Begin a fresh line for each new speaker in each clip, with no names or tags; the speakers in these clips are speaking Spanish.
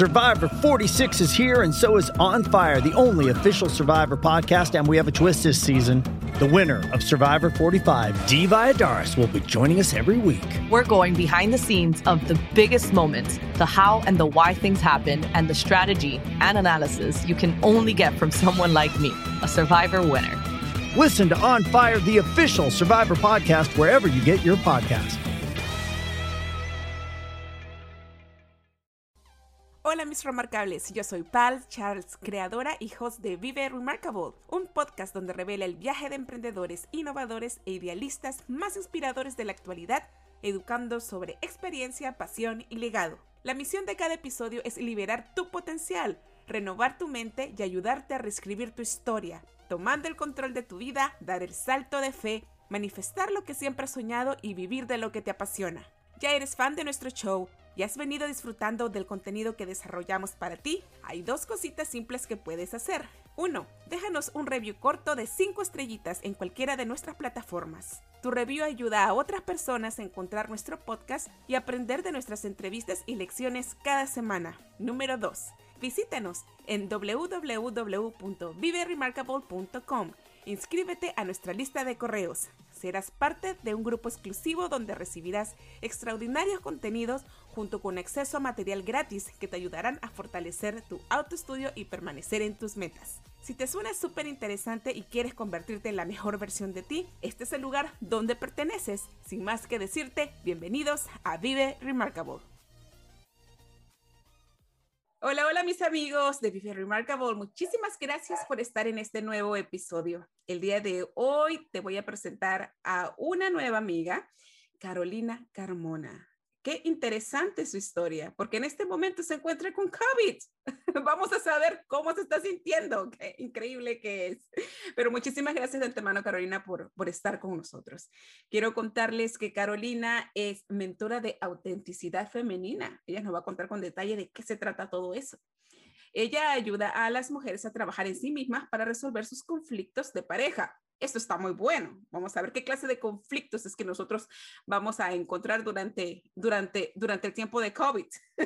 Survivor 46 is here, and so is On Fire, the only official Survivor podcast, and we have a twist this season. The winner of Survivor 45, Dee Valladares, will be joining us every week.
We're going behind the scenes of the biggest moments, the how and the why things happen, and the strategy and analysis you can only get from someone like me, a Survivor winner.
Listen to On Fire, the official Survivor podcast, wherever you get your podcast.
Hola mis remarcables, yo soy Pal Charles, creadora y host de Vive Remarkable, un podcast donde revela el viaje de emprendedores, innovadores e idealistas más inspiradores de la actualidad, educando sobre experiencia, pasión y legado. La misión de cada episodio es liberar tu potencial, renovar tu mente y ayudarte a reescribir tu historia, tomando el control de tu vida, dar el salto de fe, manifestar lo que siempre has soñado y vivir de lo que te apasiona. ¿Ya eres fan de nuestro show y has venido disfrutando del contenido que desarrollamos para ti? Hay dos cositas simples que puedes hacer. 1. Déjanos un review corto de 5 estrellitas en cualquiera de nuestras plataformas. Tu review ayuda a otras personas a encontrar nuestro podcast y aprender de nuestras entrevistas y lecciones cada semana. Número 2. Visítanos en www.viveremarkable.com. Inscríbete a nuestra lista de correos. Serás parte de un grupo exclusivo donde recibirás extraordinarios contenidos junto con acceso a material gratis que te ayudarán a fortalecer tu autoestudio y permanecer en tus metas. Si te suena súper interesante y quieres convertirte en la mejor versión de ti, este es el lugar donde perteneces. Sin más que decirte, bienvenidos a Vive Remarkable. Hola, hola mis amigos de Vive Remarkable, muchísimas gracias por estar en este nuevo episodio. El día de hoy te voy a presentar a una nueva amiga, Carolina Carmona. Qué interesante su historia, porque en este momento se encuentra con COVID. Vamos a saber cómo se está sintiendo, qué increíble que es. Pero muchísimas gracias de antemano, Carolina, por estar con nosotros. Quiero contarles que Carolina es mentora de autenticidad femenina. Ella nos va a contar con detalle de qué se trata todo eso. Ella ayuda a las mujeres a trabajar en sí mismas para resolver sus conflictos de pareja. Esto está muy bueno. Vamos a ver qué clase de conflictos es que nosotros vamos a encontrar durante el tiempo de COVID.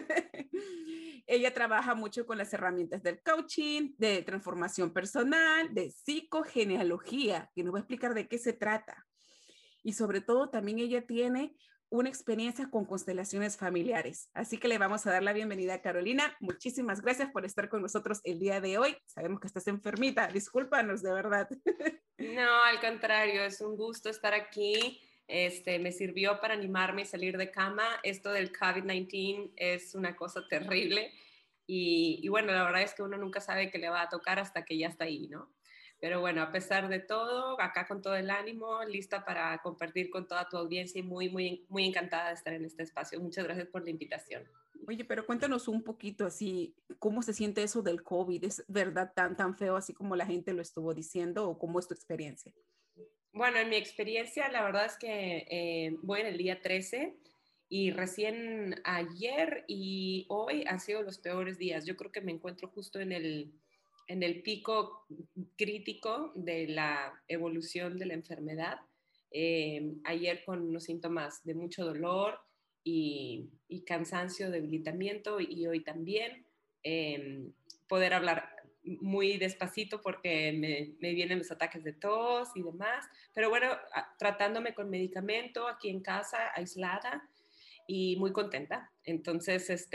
Ella trabaja mucho con las herramientas del coaching, de transformación personal, de psicogenealogía, que nos va a explicar de qué se trata. Y sobre todo también ella tiene una experiencia con constelaciones familiares. Así que le vamos a dar la bienvenida a Carolina. Muchísimas gracias por estar con nosotros el día de hoy. Sabemos que estás enfermita. Discúlpanos, de verdad.
No, al contrario, es un gusto estar aquí. Me sirvió para animarme y salir de cama. Esto del COVID-19 es una cosa terrible. Y bueno, la verdad es que uno nunca sabe qué le va a tocar hasta que ya está ahí, ¿no? Pero bueno, a pesar de todo, acá con todo el ánimo, lista para compartir con toda tu audiencia y muy, muy, muy encantada de estar en este espacio. Muchas gracias por la invitación.
Oye, pero cuéntanos un poquito así, ¿cómo se siente eso del COVID? ¿Es verdad tan feo así como la gente lo estuvo diciendo o cómo es tu experiencia?
Bueno, en mi experiencia, la verdad es que voy en el día 13 y recién ayer y hoy han sido los peores días. Yo creo que me encuentro justo en el pico crítico de la evolución de la enfermedad. Ayer con unos síntomas de mucho dolor y cansancio, debilitamiento, y hoy también poder hablar muy despacito porque me vienen los ataques de tos y demás, pero bueno, tratándome con medicamento aquí en casa, aislada y muy contenta. Entonces,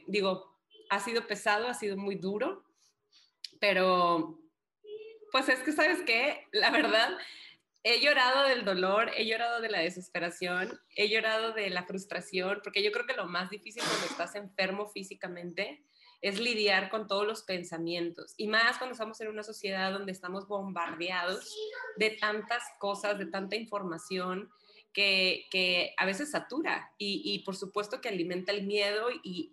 ha sido pesado, ha sido muy duro, pero pues es que, ¿sabes qué? La verdad, he llorado del dolor, he llorado de la desesperación, he llorado de la frustración, porque yo creo que lo más difícil cuando estás enfermo físicamente es lidiar con todos los pensamientos, y más cuando estamos en una sociedad donde estamos bombardeados de tantas cosas, de tanta información que a veces satura y por supuesto que alimenta el miedo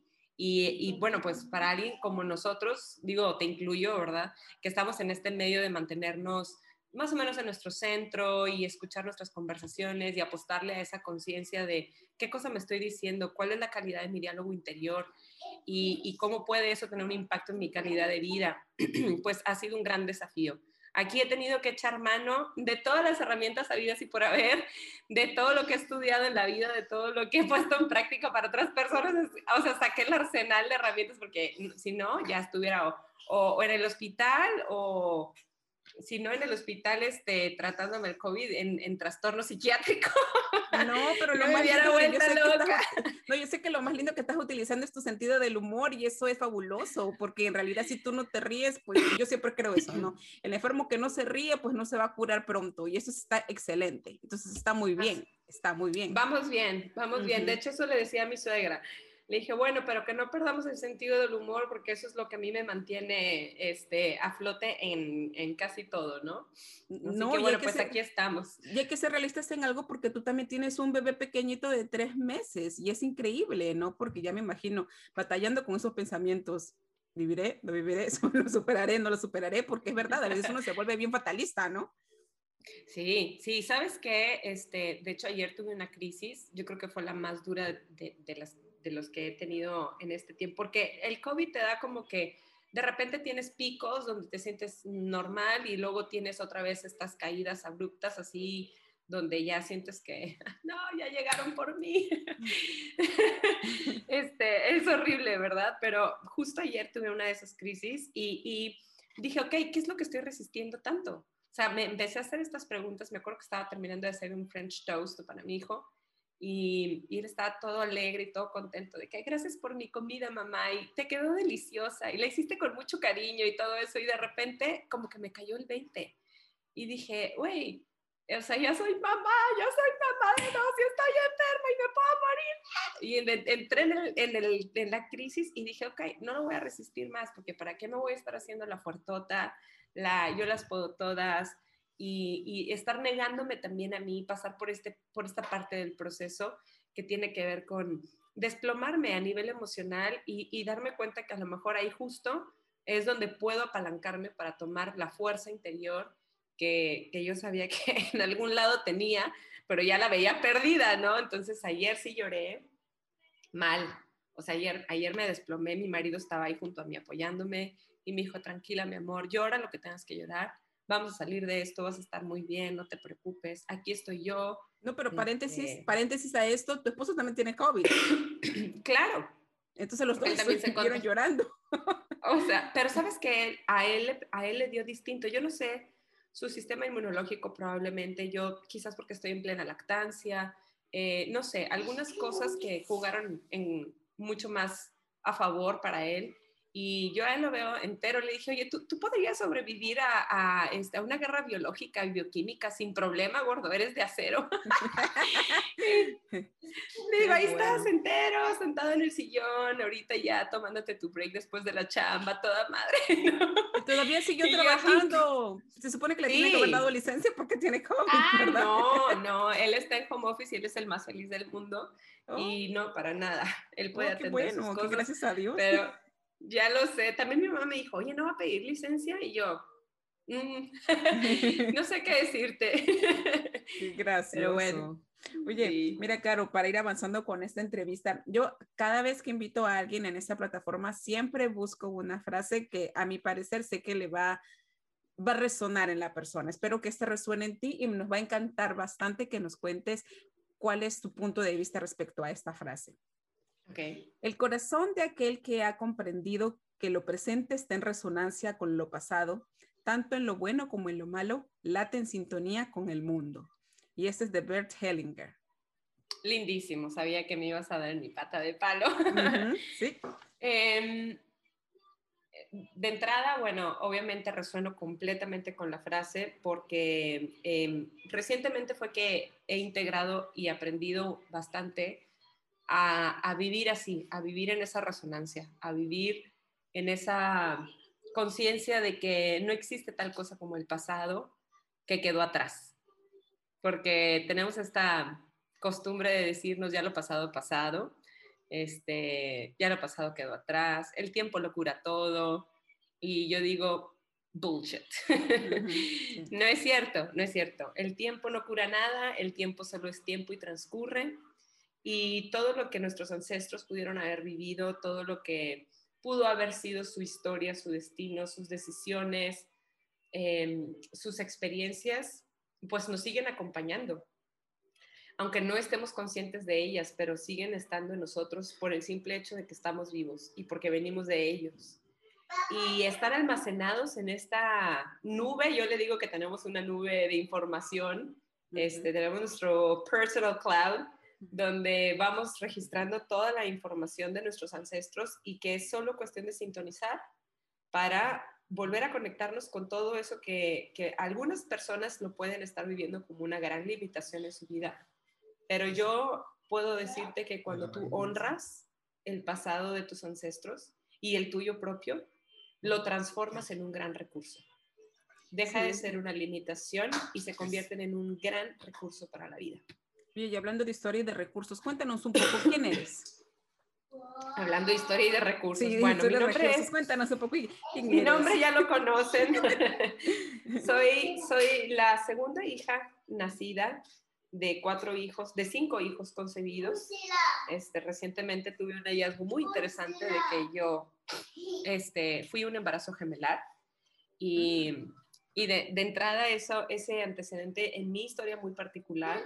y bueno, pues para alguien como nosotros, digo, te incluyo, ¿verdad? Que estamos en este medio de mantenernos más o menos en nuestro centro y escuchar nuestras conversaciones y apostarle a esa conciencia de qué cosa me estoy diciendo, cuál es la calidad de mi diálogo interior y cómo puede eso tener un impacto en mi calidad de vida, pues ha sido un gran desafío. Aquí he tenido que echar mano de todas las herramientas habidas y por haber, de todo lo que he estudiado en la vida, de todo lo que he puesto en práctica para otras personas. O sea, saqué el arsenal de herramientas porque si no, ya estuviera o en el hospital o si no en el hospital tratándome el COVID en trastorno psiquiátrico.
No, pero lo
Yo
más
me hubiera
lindo que
vuelto loca.
yo sé que lo más lindo que estás utilizando es tu sentido del humor y eso es fabuloso, porque en realidad si tú no te ríes, pues yo siempre creo eso, ¿no? El enfermo que no se ríe, pues no se va a curar pronto y eso está excelente. Entonces está muy bien, está muy bien.
Vamos bien, vamos bien. De hecho, eso le decía a mi suegra. Le dije, bueno, pero que no perdamos el sentido del humor porque eso es lo que a mí me mantiene a flote en casi todo, ¿no? Así
No,
que bueno, pues aquí estamos.
Y hay que ser realistas en algo porque tú también tienes un bebé pequeñito de 3 meses y es increíble, ¿no? Porque ya me imagino batallando con esos pensamientos. Viviré, lo viviré, lo superaré, no lo superaré, porque es verdad, a veces uno se vuelve bien fatalista, ¿no?
Sí, sí, ¿sabes qué? De hecho, ayer tuve una crisis, yo creo que fue la más dura de los que he tenido en este tiempo, porque el COVID te da como que de repente tienes picos donde te sientes normal y luego tienes otra vez estas caídas abruptas así donde ya sientes que, no, ya llegaron por mí. Es horrible, ¿verdad? Pero justo ayer tuve una de esas crisis y dije, ok, ¿qué es lo que estoy resistiendo tanto? O sea, me empecé a hacer estas preguntas. Me acuerdo que estaba terminando de hacer un French toast para mi hijo y él estaba todo alegre y todo contento de que gracias por mi comida, mamá, y te quedó deliciosa y la hiciste con mucho cariño y todo eso. Y de repente como que me cayó el 20 y dije, güey, o sea, ya soy mamá de dos y estoy enferma y me puedo morir. Y entré en la crisis y dije, ok, no lo voy a resistir más porque ¿para qué me voy a estar haciendo la fuertota? Yo las puedo todas y estar negándome también a mí, pasar por esta parte del proceso que tiene que ver con desplomarme a nivel emocional y darme cuenta que a lo mejor ahí justo es donde puedo apalancarme para tomar la fuerza interior que yo sabía que en algún lado tenía, pero ya la veía perdida, ¿no? Entonces ayer sí lloré mal. O sea, ayer me desplomé, mi marido estaba ahí junto a mí apoyándome y me dijo, tranquila, mi amor, llora lo que tengas que llorar, vamos a salir de esto, vas a estar muy bien, no te preocupes, aquí estoy yo.
No, pero paréntesis a esto, tu esposo también tiene COVID.
Claro.
Entonces los dos estuvieron llorando.
O sea, pero sabes que a él le dio distinto. Yo no sé, su sistema inmunológico probablemente, yo quizás porque estoy en plena lactancia, no sé, algunas cosas que jugaron mucho más a favor para él. Y yo a él lo veo entero, le dije, oye, ¿tú podrías sobrevivir a una guerra biológica y bioquímica sin problema, gordo? Eres de acero. Digo, ahí estás entero, sentado en el sillón, ahorita ya tomándote tu break después de la chamba, toda madre, ¿no?
Y todavía siguió trabajando. Se supone que le tiene que haber dado licencia porque tiene COVID, ¿verdad?
No, él está en home office y él es el más feliz del mundo. Y no, para nada. Él puede atender sus cosas.
Gracias a Dios.
Pero ya lo sé. También mi mamá me dijo, oye, ¿no va a pedir licencia? Y yo, no sé qué decirte.
Qué gracioso.
Pero bueno.
Oye, sí. Mira, Caro, para ir avanzando con esta entrevista, yo cada vez que invito a alguien en esta plataforma, siempre busco una frase que a mi parecer sé que le va a resonar en la persona. Espero que esta resuene en ti y nos va a encantar bastante que nos cuentes cuál es tu punto de vista respecto a esta frase.
Okay.
El corazón de aquel que ha comprendido que lo presente está en resonancia con lo pasado, tanto en lo bueno como en lo malo, late en sintonía con el mundo. Y este es de Bert Hellinger.
Lindísimo, sabía que me ibas a dar en mi pata de palo.
Sí.
De entrada, bueno, obviamente resueno completamente con la frase porque recientemente fue que he integrado y aprendido bastante a vivir así, a vivir en esa resonancia, a vivir en esa conciencia de que no existe tal cosa como el pasado que quedó atrás. Porque tenemos esta costumbre de decirnos ya lo pasado, pasado. Ya lo pasado quedó atrás, el tiempo lo cura todo, y yo digo, bullshit. Sí. No es cierto, no es cierto. El tiempo no cura nada, el tiempo solo es tiempo y transcurre, y todo lo que nuestros ancestros pudieron haber vivido, todo lo que pudo haber sido su historia, su destino, sus decisiones, sus experiencias pues nos siguen acompañando, aunque no estemos conscientes de ellas, pero siguen estando en nosotros por el simple hecho de que estamos vivos y porque venimos de ellos. Y están almacenados en esta nube. Yo le digo que tenemos una nube de información. Tenemos nuestro personal cloud, donde vamos registrando toda la información de nuestros ancestros y que es solo cuestión de sintonizar para volver a conectarnos con todo eso que algunas personas lo pueden estar viviendo como una gran limitación en su vida. Pero yo puedo decirte que cuando tú honras el pasado de tus ancestros y el tuyo propio, lo transformas en un gran recurso. Deja de ser una limitación y se convierten en un gran recurso para la vida.
Y hablando de historia y de recursos, cuéntanos un poco quién eres.
Hablando de historia y de recursos.
Sí,
bueno, mi nombre
recursos.
es...
Cuéntanos un poco quién
Mi
eres.
nombre ya lo conocen. soy la segunda hija nacida de 5 hijos concebidos. Recientemente tuve un hallazgo muy interesante de que yo fui un embarazo gemelar y de entrada ese antecedente en mi historia muy particular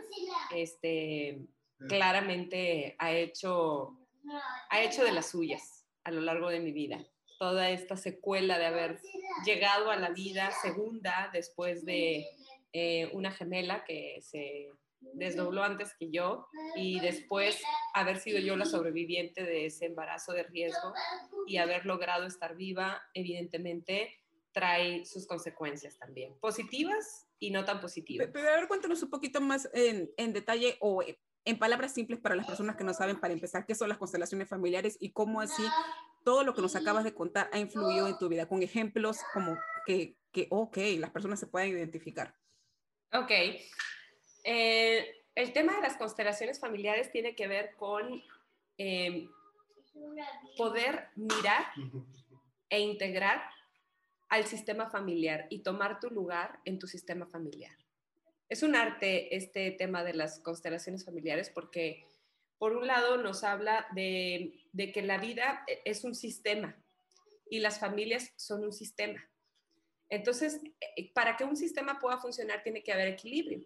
claramente ha hecho de las suyas a lo largo de mi vida. Toda esta secuela de haber llegado a la vida segunda después de una gemela que se desdobló antes que yo y después haber sido yo la sobreviviente de ese embarazo de riesgo y haber logrado estar viva, evidentemente trae sus consecuencias también, positivas y no tan positivas.
Pero a ver, cuéntanos un poquito más en detalle o en palabras simples para las personas que no saben, para empezar, qué son las constelaciones familiares y cómo así todo lo que nos acabas de contar ha influido en tu vida, con ejemplos como que las personas se puedan identificar.
Ok. El tema de las constelaciones familiares tiene que ver con poder mirar e integrar al sistema familiar y tomar tu lugar en tu sistema familiar. Es un arte este tema de las constelaciones familiares porque, por un lado, nos habla de que la vida es un sistema y las familias son un sistema. Entonces, para que un sistema pueda funcionar tiene que haber equilibrio.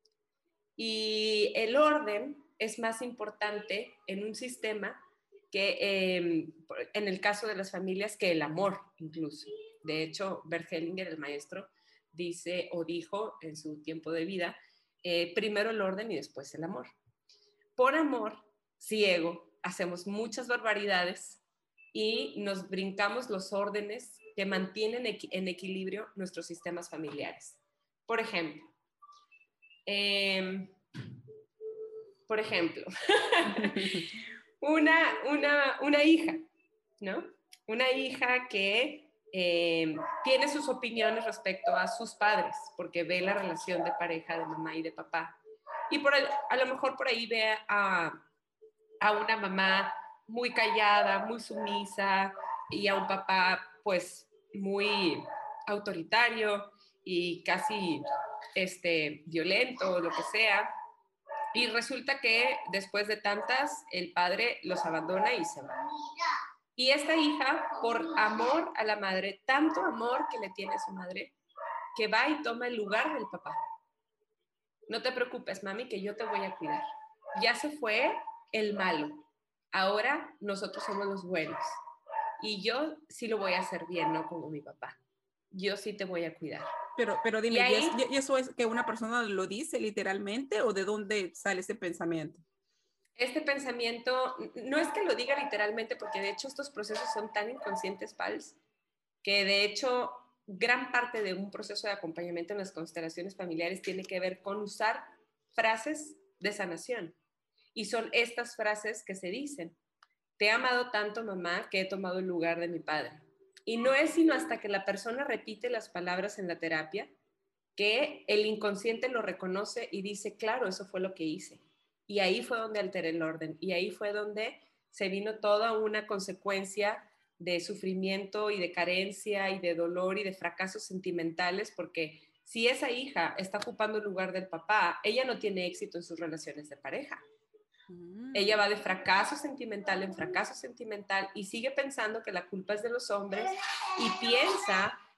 Y el orden es más importante en un sistema que en el caso de las familias que el amor incluso. De hecho, Bert Hellinger, el maestro, dice o dijo en su tiempo de vida, primero el orden y después el amor. Por amor ciego hacemos muchas barbaridades y nos brincamos los órdenes que mantienen en equilibrio nuestros sistemas familiares. Por ejemplo, una hija, ¿no? Una hija que tiene sus opiniones respecto a sus padres, porque ve la relación de pareja de mamá y de papá. Y a lo mejor por ahí ve a una mamá muy callada, muy sumisa, y a un papá, pues, muy autoritario y casi violento o lo que sea. Y resulta que después de tantas, el padre los abandona y se va. Y esta hija, por amor a la madre, tanto amor que le tiene a su madre, que va y toma el lugar del papá. No te preocupes, mami, que yo te voy a cuidar. Ya se fue el malo. Ahora nosotros somos los buenos. Y yo sí lo voy a hacer bien, no como mi papá. Yo sí te voy a cuidar.
Pero dime, ¿y eso es que una persona lo dice literalmente o de dónde sale ese pensamiento?
Este pensamiento no es que lo diga literalmente, porque de hecho estos procesos son tan inconscientes, Pals, que de hecho gran parte de un proceso de acompañamiento en las constelaciones familiares tiene que ver con usar frases de sanación. Y son estas frases que se dicen: te he amado tanto, mamá, que he tomado el lugar de mi padre. Y no es sino hasta que la persona repite las palabras en la terapia que el inconsciente lo reconoce y dice, claro, eso fue lo que hice. Y ahí fue donde alteré el orden. Y ahí fue donde se vino toda una consecuencia de sufrimiento y de carencia y de dolor y de fracasos sentimentales, porque si esa hija está ocupando el lugar del papá, ella no tiene éxito en sus relaciones de pareja. Ella va de fracaso sentimental en fracaso sentimental y sigue pensando que la culpa es de los hombres y piensa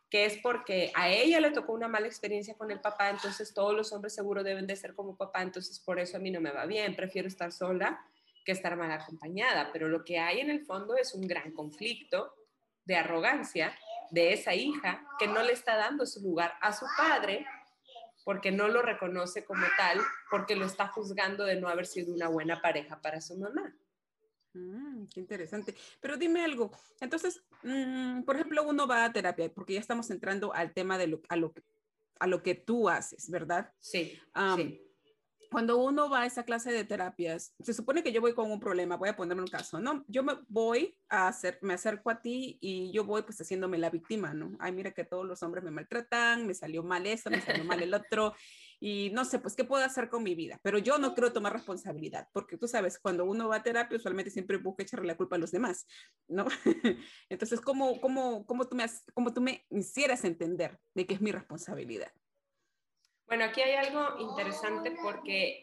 que es porque a ella le tocó una mala experiencia con el papá, entonces todos los hombres seguro deben de ser como papá, entonces por eso a mí no me va bien, prefiero estar sola que estar mal acompañada. Pero lo que hay en el fondo es un gran conflicto de arrogancia de esa hija que no le está dando su lugar a su padre porque no lo reconoce como tal, porque lo está juzgando de no haber sido una buena pareja para su mamá.
Qué interesante. Pero dime algo. Entonces, por ejemplo, uno va a terapia, porque ya estamos entrando al tema de a lo que tú haces, ¿verdad?
Sí, sí.
Cuando uno va a esa clase de terapias, se supone que yo voy con un problema, voy a ponerme un caso, ¿no? Yo me acerco a ti y yo voy pues haciéndome la víctima, ¿no? Ay, mira que todos los hombres me maltratan, me salió mal esto, me salió mal el otro, y no sé, pues, ¿qué puedo hacer con mi vida? Pero yo no quiero tomar responsabilidad, porque tú sabes, cuando uno va a terapia, usualmente siempre busca echarle la culpa a los demás, ¿no? Entonces, ¿cómo tú me hicieras entender de que es mi responsabilidad?
Bueno, aquí hay algo interesante porque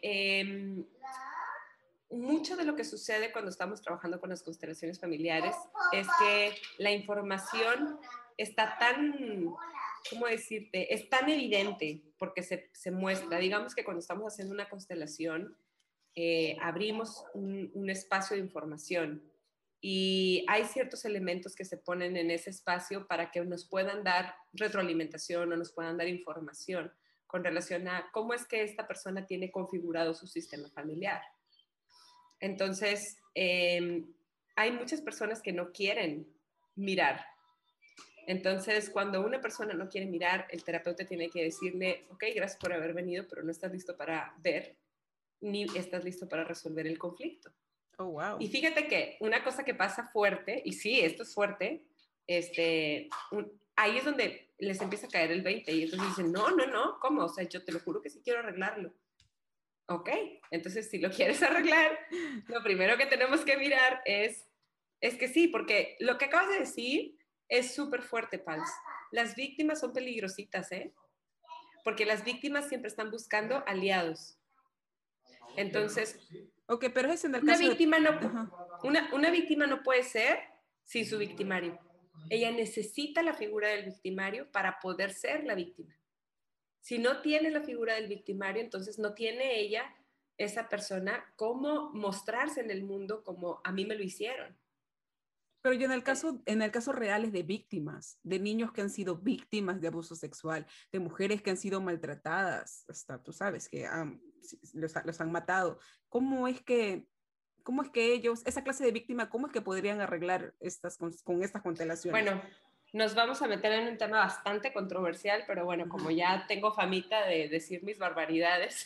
mucho de lo que sucede cuando estamos trabajando con las constelaciones familiares es que la información está tan, ¿cómo decirte? Es tan evidente porque se muestra. Digamos que cuando estamos haciendo una constelación, abrimos un espacio de información y hay ciertos elementos que se ponen en ese espacio para que nos puedan dar retroalimentación o nos puedan dar información con relación a cómo es que esta persona tiene configurado su sistema familiar. Entonces, hay muchas personas que no quieren mirar. Entonces, cuando una persona no quiere mirar, el terapeuta tiene que decirle, ok, gracias por haber venido, pero no estás listo para ver, ni estás listo para resolver el conflicto.
Oh, wow.
Y fíjate que una cosa que pasa fuerte, y sí, esto es fuerte, ahí es donde les empieza a caer el 20 y entonces dicen, no, ¿cómo? O sea, yo te lo juro que sí quiero arreglarlo. Ok, entonces si lo quieres arreglar, lo primero que tenemos que mirar es que sí, porque lo que acabas de decir es súper fuerte, Pals. Las víctimas son peligrositas, ¿eh? Porque las víctimas siempre están buscando aliados. Entonces,
ok, pero es en el
una
caso
víctima,
de...
una víctima no puede ser sin su victimario. Ella necesita la figura del victimario para poder ser la víctima. Si no tiene la figura del victimario, entonces no tiene ella, esa persona, cómo mostrarse en el mundo como a mí me lo hicieron.
Pero yo en el caso reales de víctimas, de niños que han sido víctimas de abuso sexual, de mujeres que han sido maltratadas, hasta tú sabes que los han matado, ¿cómo es que ellos, esa clase de víctima, cómo es que podrían arreglar con estas constelaciones?
Bueno, nos vamos a meter en un tema bastante controversial, pero bueno, como ya tengo famita de decir mis barbaridades,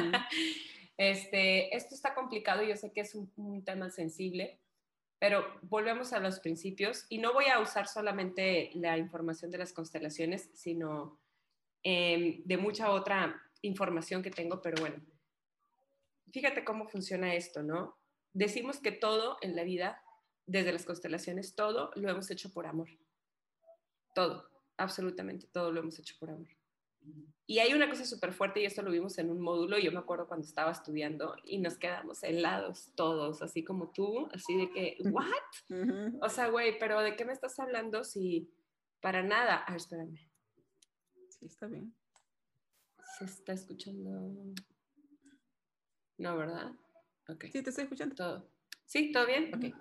esto está complicado, yo sé que es un tema sensible, pero volvemos a los principios y no voy a usar solamente la información de las constelaciones, sino de mucha otra información que tengo, pero bueno, fíjate cómo funciona esto, ¿no? Decimos que todo en la vida, desde las constelaciones, todo lo hemos hecho por amor. Todo, absolutamente todo lo hemos hecho por amor. Y hay una cosa súper fuerte, y esto lo vimos en un módulo, yo me acuerdo cuando estaba estudiando, y nos quedamos helados todos, así como tú, así de que, ¿what? O sea, güey, pero ¿de qué me estás hablando si para nada? Ah, espérame.
Sí, está bien.
¿Se está escuchando? No, ¿verdad? Ok.
Sí, te estoy escuchando.
¿Todo? ¿Sí? ¿Todo bien? Ok.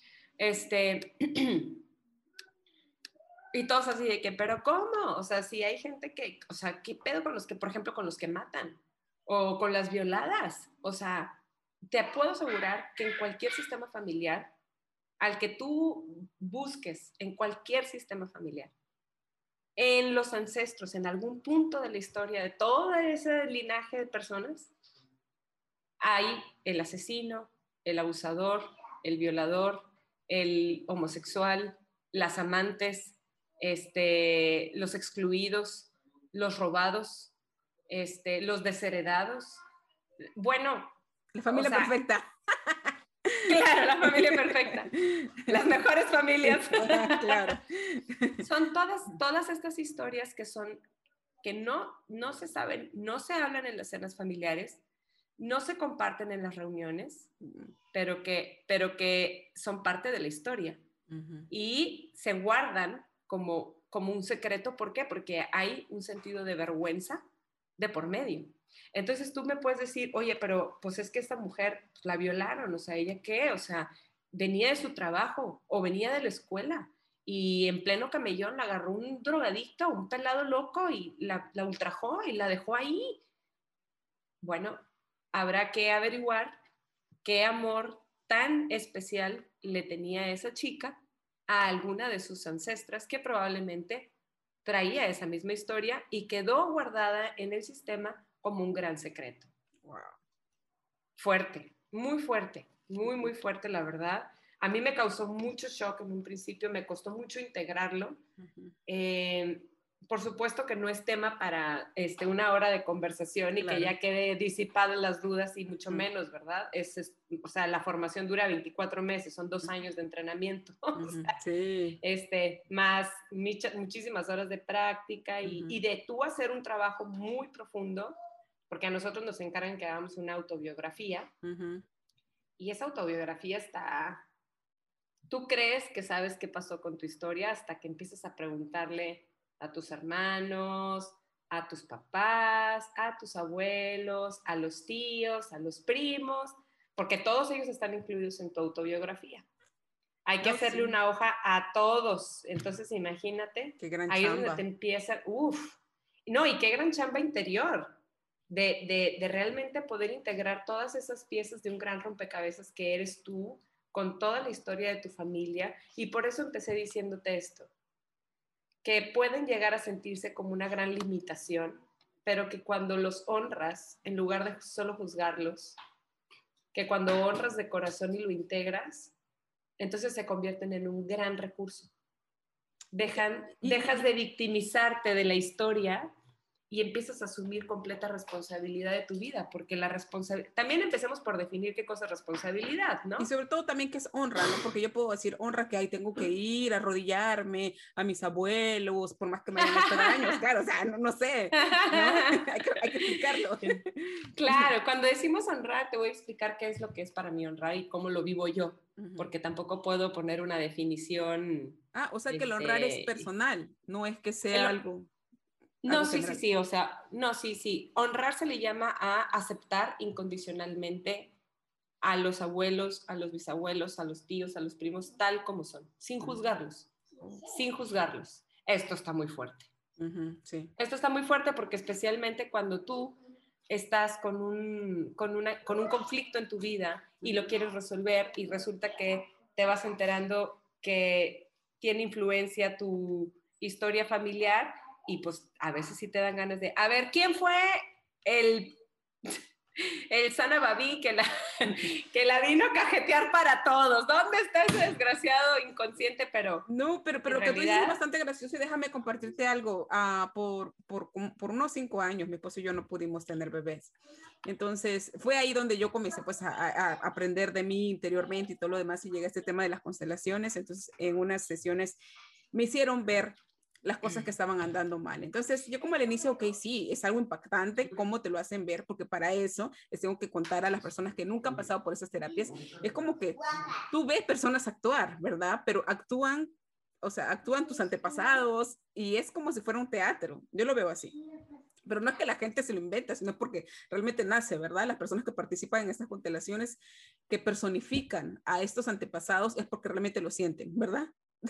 Y todos así de que, ¿pero cómo? O sea, si hay gente que, o sea, ¿qué pedo con los que, por ejemplo, con los que matan? O con las violadas. O sea, te puedo asegurar que en cualquier sistema familiar, al que tú busques, en cualquier sistema familiar, en los ancestros, en algún punto de la historia de todo ese linaje de personas, hay el asesino, el abusador, el violador, el homosexual, las amantes, los excluidos, los robados, los desheredados. Bueno,
La familia
o sea,
perfecta.
Claro, la familia perfecta. Las mejores familias.
Claro.
Son todas estas historias que no se saben, no se hablan en las cenas familiares, no se comparten en las reuniones, pero que son parte de la historia. Y se guardan como como un secreto. ¿Por qué? Porque hay un sentido de vergüenza de por medio. Entonces tú me puedes decir, oye, pero pues es que esta mujer pues, la violaron, o sea, ¿ella qué? O sea, venía de su trabajo o venía de la escuela y en pleno camellón la agarró un drogadicto, un pelado loco y la ultrajó y la dejó ahí. Bueno, habrá que averiguar qué amor tan especial le tenía esa chica a alguna de sus ancestras que probablemente traía esa misma historia y quedó guardada en el sistema como un gran secreto.
Wow.
Fuerte, muy, muy fuerte, la verdad. A mí me causó mucho shock en un principio, me costó mucho integrarlo. Por supuesto que no es tema para una hora de conversación y claro, que ya quede disipadas las dudas y mucho menos, ¿verdad? O sea, la formación dura 24 meses, son 2 años de entrenamiento. O sea,
sí.
Más muchísimas horas de práctica y de tú hacer un trabajo muy profundo, porque a nosotros nos encargan que hagamos una autobiografía y esa autobiografía está... Tú crees que sabes qué pasó con tu historia hasta que empiezas a preguntarle a tus hermanos, a tus papás, a tus abuelos, a los tíos, a los primos, porque todos ellos están incluidos en tu autobiografía. Hay que hacerle una hoja a todos. Entonces, imagínate,
qué gran
ahí
chamba.
es donde te empieza, no, y qué gran chamba interior, de realmente poder integrar todas esas piezas de un gran rompecabezas que eres tú, con toda la historia de tu familia, y por eso empecé diciéndote esto, que pueden llegar a sentirse como una gran limitación, pero que cuando los honras, en lugar de solo juzgarlos, que cuando honras de corazón y lo integras, entonces se convierten en un gran recurso. Dejas de victimizarte de la historia y empiezas a asumir completa responsabilidad de tu vida, porque la responsabilidad... También empecemos por definir qué cosa es responsabilidad, ¿no?
Y sobre todo también qué es honra, ¿no? Porque yo puedo decir honra que ahí tengo que ir, arrodillarme a mis abuelos, por más que me hayan hecho daños, claro, o sea, no sé, ¿no? hay que explicarlo.
Claro, cuando decimos honrar, te voy a explicar qué es lo que es para mí honrar y cómo lo vivo yo, porque tampoco puedo poner una definición...
o sea que el honrar es personal, no es que sea algo...
No, sí, o sea, no, sí. Honrar se le llama a aceptar incondicionalmente a los abuelos, a los bisabuelos, a los tíos, a los primos, tal como son, sin juzgarlos. Esto está muy fuerte.
Sí.
Esto está muy fuerte porque especialmente cuando tú estás con un conflicto en tu vida y lo quieres resolver y resulta que te vas enterando que tiene influencia tu historia familiar, y pues a veces sí te dan ganas de, a ver, ¿quién fue el Sanababí que la vino a cajetear para todos? ¿Dónde está ese desgraciado inconsciente? Pero
no, pero lo que tú dices es bastante gracioso y déjame compartirte algo. Por unos 5 años mi esposo y yo no pudimos tener bebés. Entonces fue ahí donde yo comencé pues a aprender de mí interiormente y todo lo demás, y llegué a este tema de las constelaciones. Entonces en unas sesiones me hicieron ver las cosas que estaban andando mal. Entonces, yo como al inicio, ok, sí, es algo impactante cómo te lo hacen ver, porque para eso les tengo que contar a las personas que nunca han pasado por esas terapias. Es como que tú ves personas actuar, ¿verdad? Pero actúan tus antepasados y es como si fuera un teatro. Yo lo veo así. Pero no es que la gente se lo inventa, sino porque realmente nace, ¿verdad? Las personas que participan en estas constelaciones, que personifican a estos antepasados, es porque realmente lo sienten, ¿verdad?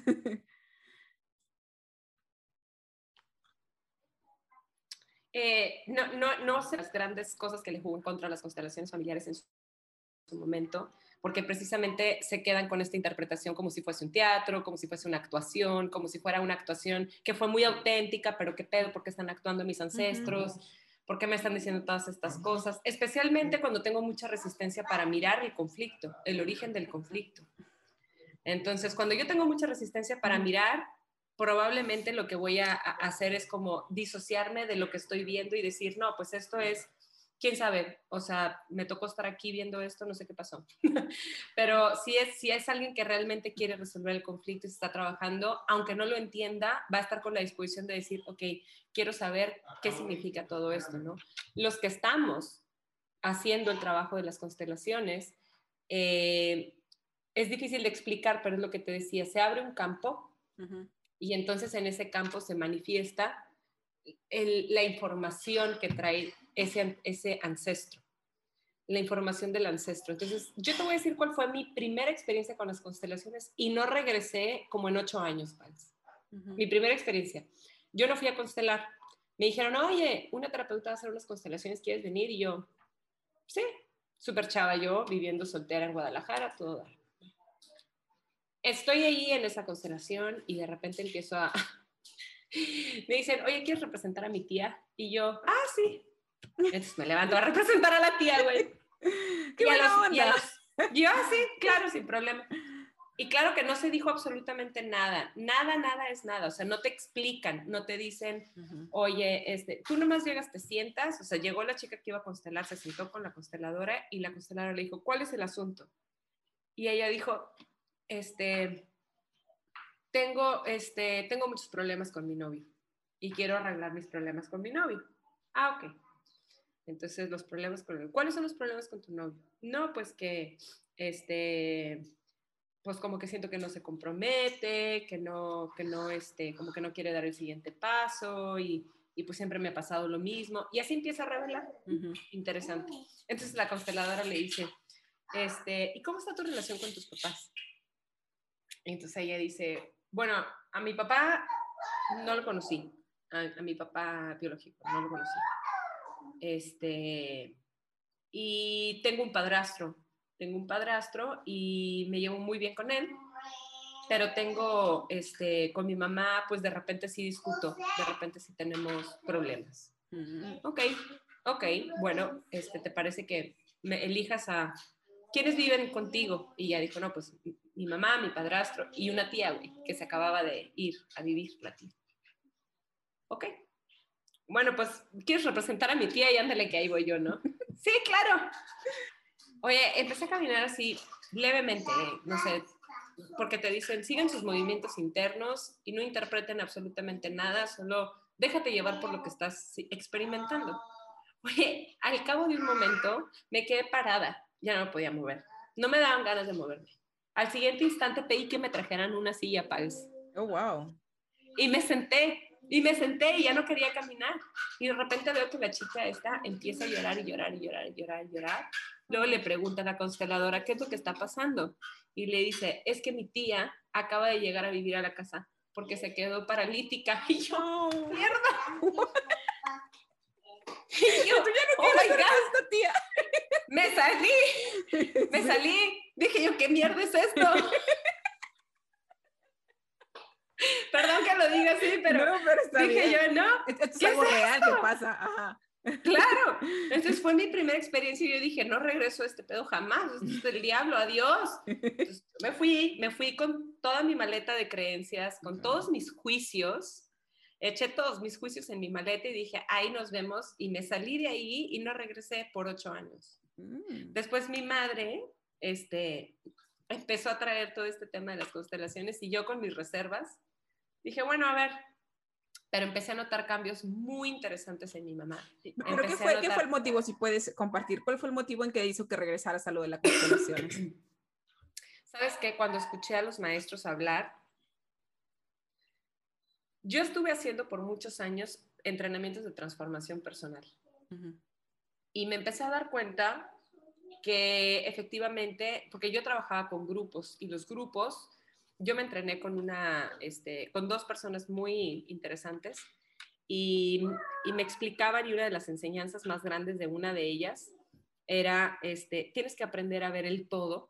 No sé las grandes cosas que le jugó en contra a las constelaciones familiares en su momento, porque precisamente se quedan con esta interpretación como si fuese un teatro, como si fuese una actuación, como si fuera una actuación que fue muy auténtica, pero qué pedo, ¿por qué están actuando mis ancestros? ¿Por qué me están diciendo todas estas cosas? Especialmente cuando tengo mucha resistencia para mirar el conflicto, el origen del conflicto. Entonces, cuando yo tengo mucha resistencia para mirar, probablemente lo que voy a hacer es como disociarme de lo que estoy viendo y decir, no, pues esto es, quién sabe, o sea, me tocó estar aquí viendo esto, no sé qué pasó. Pero si es alguien que realmente quiere resolver el conflicto y se está trabajando, aunque no lo entienda, va a estar con la disposición de decir, ok, quiero saber qué significa todo esto, ¿no? Los que estamos haciendo el trabajo de las constelaciones, es difícil de explicar, pero es lo que te decía, se abre un campo Y entonces en ese campo se manifiesta la información que trae ese ancestro, la información del ancestro. Entonces, yo te voy a decir cuál fue mi primera experiencia con las constelaciones y no regresé como en 8 años, Pals. Mi primera experiencia. Yo no fui a constelar. Me dijeron, oye, una terapeuta va a hacer unas constelaciones, ¿quieres venir? Y yo, sí, súper chava yo, viviendo soltera en Guadalajara, todo dar. Estoy ahí en esa constelación y de repente empiezo a... Me dicen, oye, ¿quieres representar a mi tía? Y yo, sí. Entonces me levanto a representar a la tía, güey.
¡Qué buena onda!
Yo, sí, claro, sin problema. Y claro que no se dijo absolutamente nada. Nada es nada. O sea, no te explican, no te dicen, oye, tú nomás llegas, te sientas. O sea, llegó la chica que iba a constelar, se sentó con la consteladora y la consteladora le dijo, ¿cuál es el asunto? Y ella dijo, tengo muchos problemas con mi novio y quiero arreglar mis problemas con mi novio. Ok. Entonces, ¿cuáles son los problemas con tu novio? No, pues que, pues como que siento que no se compromete, que no, como que no quiere dar el siguiente paso y pues siempre me ha pasado lo mismo. Y así empieza a revelar. Interesante. Entonces la consteladora le dice, ¿y cómo está tu relación con tus papás? Entonces ella dice, bueno, a mi papá no lo conocí, a mi papá biológico, no lo conocí. Y tengo un padrastro y me llevo muy bien con él, pero tengo, con mi mamá, pues de repente sí discuto, de repente sí tenemos problemas. Ok, bueno, ¿te parece que me elijas a quiénes viven contigo? Y ella dijo, no, pues mi mamá, mi padrastro y una tía, güey, que se acababa de ir a vivir, la tía. Ok. Bueno, pues, ¿quieres representar a mi tía? Y ándale que ahí voy yo, ¿no? Sí, claro. Oye, empecé a caminar así levemente, no sé, porque te dicen, sigan sus movimientos internos y no interpreten absolutamente nada, solo déjate llevar por lo que estás experimentando. Oye, al cabo de un momento me quedé parada, ya no me podía mover, no me daban ganas de moverme. Al siguiente instante pedí que me trajeran una silla, Pals.
Oh, wow.
Y me senté y ya no quería caminar. Y de repente veo que la chica esta empieza a llorar y llorar y llorar y llorar y llorar. Luego le pregunta a la consteladora, ¿qué es lo que está pasando? Y le dice, es que mi tía acaba de llegar a vivir a la casa porque se quedó paralítica. Y yo, ¡mierda! Y yo,
Tú ya no quieres ser esta tía.
Me salí. Dije yo, ¿qué mierda es esto? Perdón que lo diga así, pero,
no, pero está
dije
bien.
yo, no.
Esto es algo real que pasa. Ajá.
Claro. Entonces fue mi primera experiencia y yo dije, no regreso a este pedo jamás. Esto es del diablo, adiós. Entonces me fui con toda mi maleta de creencias, con todos mis juicios. Eché todos mis juicios en mi maleta y dije, ahí nos vemos. Y me salí de ahí y no regresé por 8 años. Después mi madre, empezó a traer todo este tema de las constelaciones y yo con mis reservas dije, bueno, a ver, pero empecé a notar cambios muy interesantes en mi mamá.
¿Pero qué fue el motivo, si puedes compartir? ¿Cuál fue el motivo en que hizo que regresaras a lo de las constelaciones?
¿Sabes qué? Cuando escuché a los maestros hablar, yo estuve haciendo por muchos años entrenamientos de transformación personal. Y me empecé a dar cuenta que efectivamente, porque yo trabajaba con grupos y los grupos, yo me entrené con con 2 personas muy interesantes y me explicaban, y una de las enseñanzas más grandes de una de ellas era, tienes que aprender a ver el todo.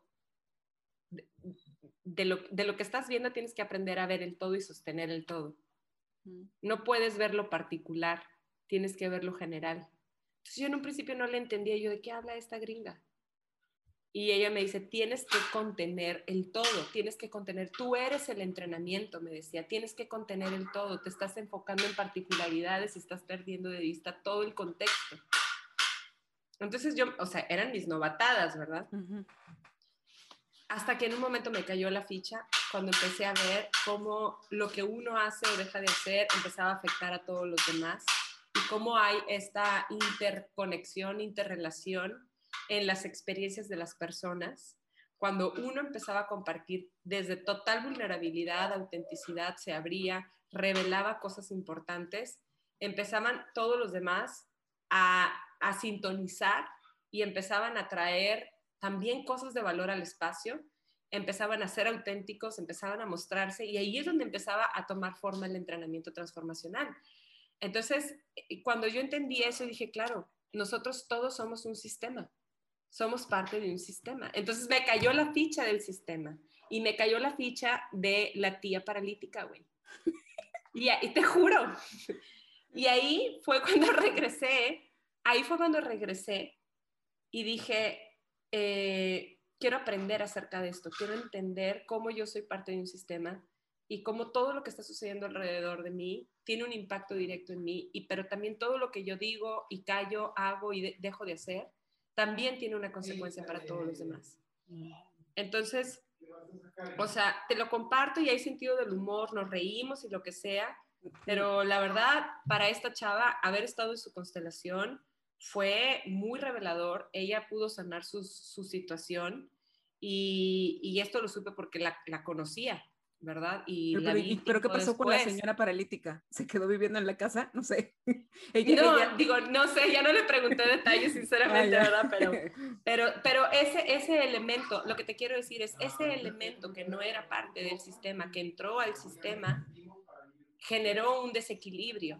De lo que estás viendo tienes que aprender a ver el todo y sostener el todo. No puedes ver lo particular, tienes que ver lo general. Entonces yo en un principio no le entendía, yo, ¿de qué habla esta gringa? Y ella me dice, tienes que contener el todo, tienes que contener, tú eres el entrenamiento, me decía, tienes que contener el todo, te estás enfocando en particularidades y estás perdiendo de vista todo el contexto. Entonces yo, o sea, eran mis novatadas, ¿verdad? Hasta que en un momento me cayó la ficha cuando empecé a ver cómo lo que uno hace o deja de hacer empezaba a afectar a todos los demás y cómo hay esta interconexión, interrelación en las experiencias de las personas, cuando uno empezaba a compartir desde total vulnerabilidad, autenticidad, se abría, revelaba cosas importantes, empezaban todos los demás a sintonizar y empezaban a traer también cosas de valor al espacio, empezaban a ser auténticos, empezaban a mostrarse, y ahí es donde empezaba a tomar forma el entrenamiento transformacional. Entonces, cuando yo entendí eso, dije, claro, nosotros todos somos un sistema, somos parte de un sistema. Entonces me cayó la ficha del sistema y me cayó la ficha de la tía paralítica, güey. Y te juro. Y ahí fue cuando regresé y dije, quiero aprender acerca de esto, quiero entender cómo yo soy parte de un sistema y cómo todo lo que está sucediendo alrededor de mí tiene un impacto directo en mí, pero también todo lo que yo digo y callo, hago y dejo de hacer, también tiene una consecuencia para todos los demás. Entonces, o sea, te lo comparto y hay sentido del humor, nos reímos y lo que sea, pero la verdad, para esta chava, haber estado en su constelación fue muy revelador. Ella pudo sanar su situación y esto lo supe porque la conocía, ¿verdad? Y
pero ¿qué pasó con la señora paralítica? ¿Se quedó viviendo en la casa? No sé.
Digo, no sé, ya no le pregunté detalles, sinceramente, ¿verdad? Pero ese elemento, lo que te quiero decir es, ese elemento que no era parte del sistema, que entró al sistema, generó un desequilibrio.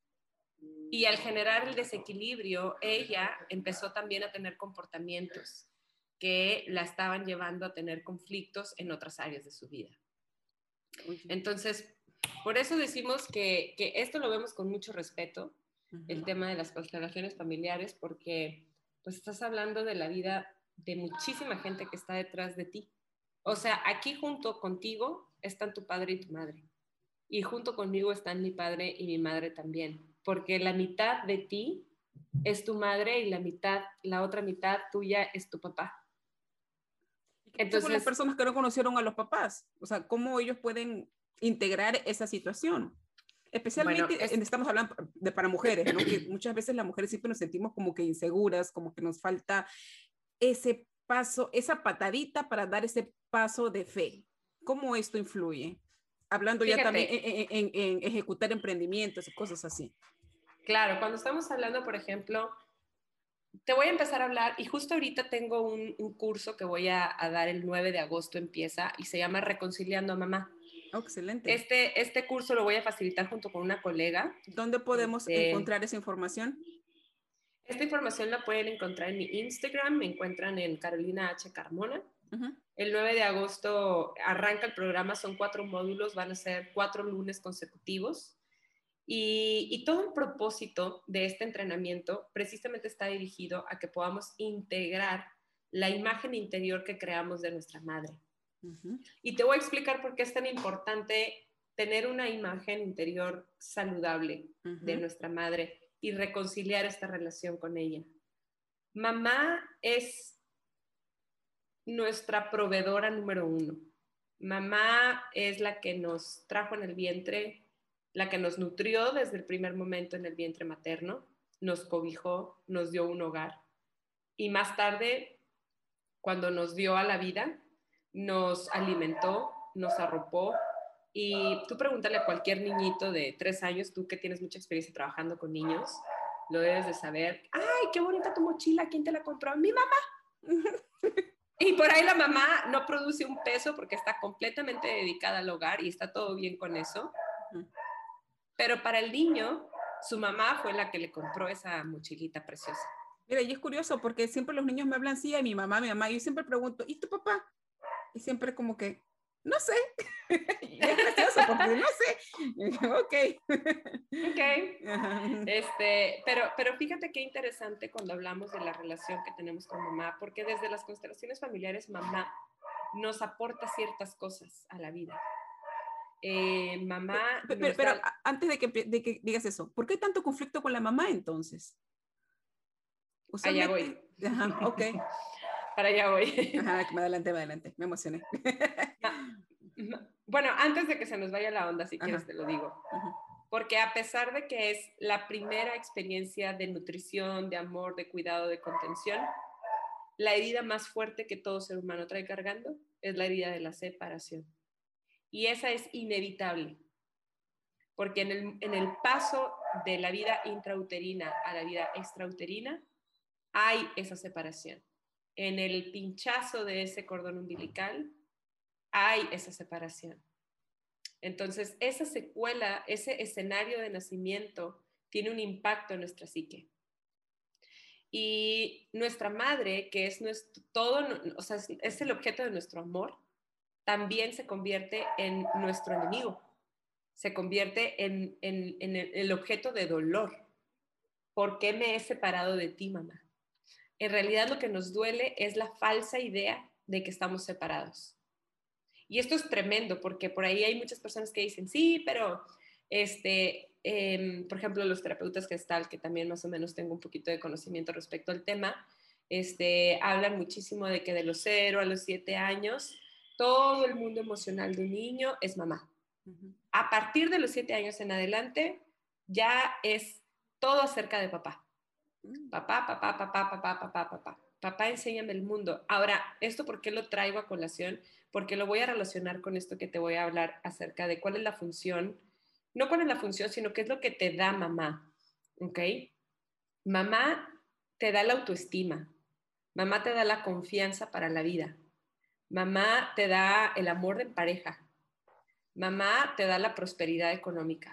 Y al generar el desequilibrio, ella empezó también a tener comportamientos que la estaban llevando a tener conflictos en otras áreas de su vida. Entonces, por eso decimos que esto lo vemos con mucho respeto, el tema de las constelaciones familiares, porque pues estás hablando de la vida de muchísima gente que está detrás de ti. O sea, aquí junto contigo están tu padre y tu madre. Y junto conmigo están mi padre y mi madre también. Porque la mitad de ti es tu madre y la otra mitad tuya es tu papá.
Entonces, con las personas que no conocieron a los papás, o sea, ¿cómo ellos pueden integrar esa situación? Especialmente, estamos hablando para mujeres, ¿no? Que muchas veces las mujeres siempre nos sentimos como que inseguras, como que nos falta ese paso, esa patadita para dar ese paso de fe. ¿Cómo esto influye? Hablando ya también en ejecutar emprendimientos y cosas así.
Claro, cuando estamos hablando, por ejemplo, te voy a empezar a hablar, y justo ahorita tengo un curso que voy a dar el 9 de agosto, empieza, y se llama Reconciliando a Mamá.
Oh, excelente.
Este curso lo voy a facilitar junto con una colega.
¿Dónde podemos encontrar esa información?
Esta información la pueden encontrar en mi Instagram, me encuentran en Carolina H. Carmona. El 9 de agosto arranca el programa, son 4 módulos, van a ser 4 lunes consecutivos. Y todo el propósito de este entrenamiento precisamente está dirigido a que podamos integrar la imagen interior que creamos de nuestra madre. Y te voy a explicar por qué es tan importante tener una imagen interior saludable de nuestra madre y reconciliar esta relación con ella. Mamá es nuestra proveedora número 1. Mamá es la que nos trajo en el vientre, la que nos nutrió desde el primer momento en el vientre materno, nos cobijó, nos dio un hogar. Y más tarde, cuando nos dio a la vida, nos alimentó, nos arropó. Y tú pregúntale a cualquier niñito de 3 años, tú que tienes mucha experiencia trabajando con niños, lo debes de saber. ¡Ay, qué bonita tu mochila! ¿Quién te la compró? ¡Mi mamá! Y por ahí la mamá no produce un peso porque está completamente dedicada al hogar y está todo bien con eso. Pero para el niño, su mamá fue la que le compró esa mochilita preciosa.
Mira, y es curioso porque siempre los niños me hablan así, a mi mamá, y yo siempre pregunto, ¿y tu papá? Y siempre como que, no sé. Y es gracioso porque no sé.
Ok. Pero fíjate qué interesante cuando hablamos de la relación que tenemos con mamá, porque desde las constelaciones familiares, mamá nos aporta ciertas cosas a la vida. Mamá...
Pero antes de que digas eso, ¿por qué hay tanto conflicto con la mamá entonces?
Allá voy.
Ajá, ok.
Para allá voy.
Ajá, adelante, me emocioné.
Bueno, antes de que se nos vaya la onda, si quieres te lo digo. Porque a pesar de que es la primera experiencia de nutrición, de amor, de cuidado, de contención, la herida más fuerte que todo ser humano trae cargando es la herida de la separación. Y esa es inevitable, porque en el paso de la vida intrauterina a la vida extrauterina hay esa separación. En el pinchazo de ese cordón umbilical hay esa separación. Entonces, esa secuela, ese escenario de nacimiento tiene un impacto en nuestra psique. Y nuestra madre, que es todo, o sea, es el objeto de nuestro amor, también se convierte en nuestro enemigo. Se convierte en el objeto de dolor. ¿Por qué me he separado de ti, mamá? En realidad lo que nos duele es la falsa idea de que estamos separados. Y esto es tremendo porque por ahí hay muchas personas que dicen, sí, pero, por ejemplo, los terapeutas Gestalt, que también más o menos tengo un poquito de conocimiento respecto al tema, hablan muchísimo de que de los 0 a los 7 años, todo el mundo emocional de un niño es mamá. Uh-huh. A partir de los 7 años en adelante, ya es todo acerca de papá. Papá, papá, papá, papá, papá, papá. Papá, enséñame el mundo. Ahora, ¿esto por qué lo traigo a colación? Porque lo voy a relacionar con esto que te voy a hablar acerca de cuál es la función, no cuál es la función, sino qué es lo que te da mamá, ¿ok? Mamá te da la autoestima, mamá te da la confianza para la vida, mamá te da el amor de pareja, mamá te da la prosperidad económica,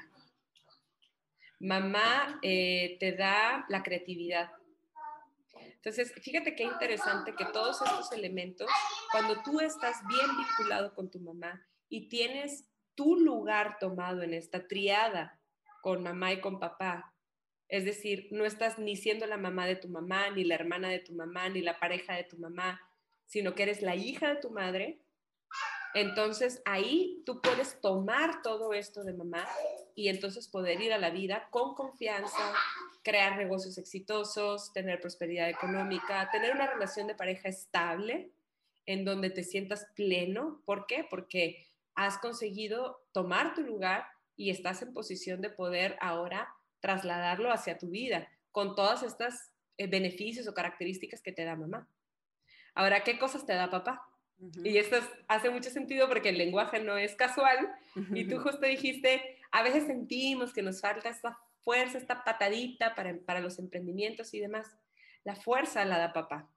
mamá te da la creatividad. Entonces, fíjate qué interesante que todos estos elementos, cuando tú estás bien vinculado con tu mamá y tienes tu lugar tomado en esta triada con mamá y con papá, es decir, no estás ni siendo la mamá de tu mamá, ni la hermana de tu mamá, ni la pareja de tu mamá, sino que eres la hija de tu madre, entonces ahí tú puedes tomar todo esto de mamá y entonces poder ir a la vida con confianza, crear negocios exitosos, tener prosperidad económica, tener una relación de pareja estable en donde te sientas pleno. ¿Por qué? Porque has conseguido tomar tu lugar y estás en posición de poder ahora trasladarlo hacia tu vida con todas estas beneficios o características que te da mamá. Ahora, ¿qué cosas te da papá? Uh-huh. Y esto hace mucho sentido porque el lenguaje no es casual. Uh-huh. Y tú justo dijiste, a veces sentimos que nos falta esta fuerza, esta patadita para los emprendimientos y demás. La fuerza la da papá.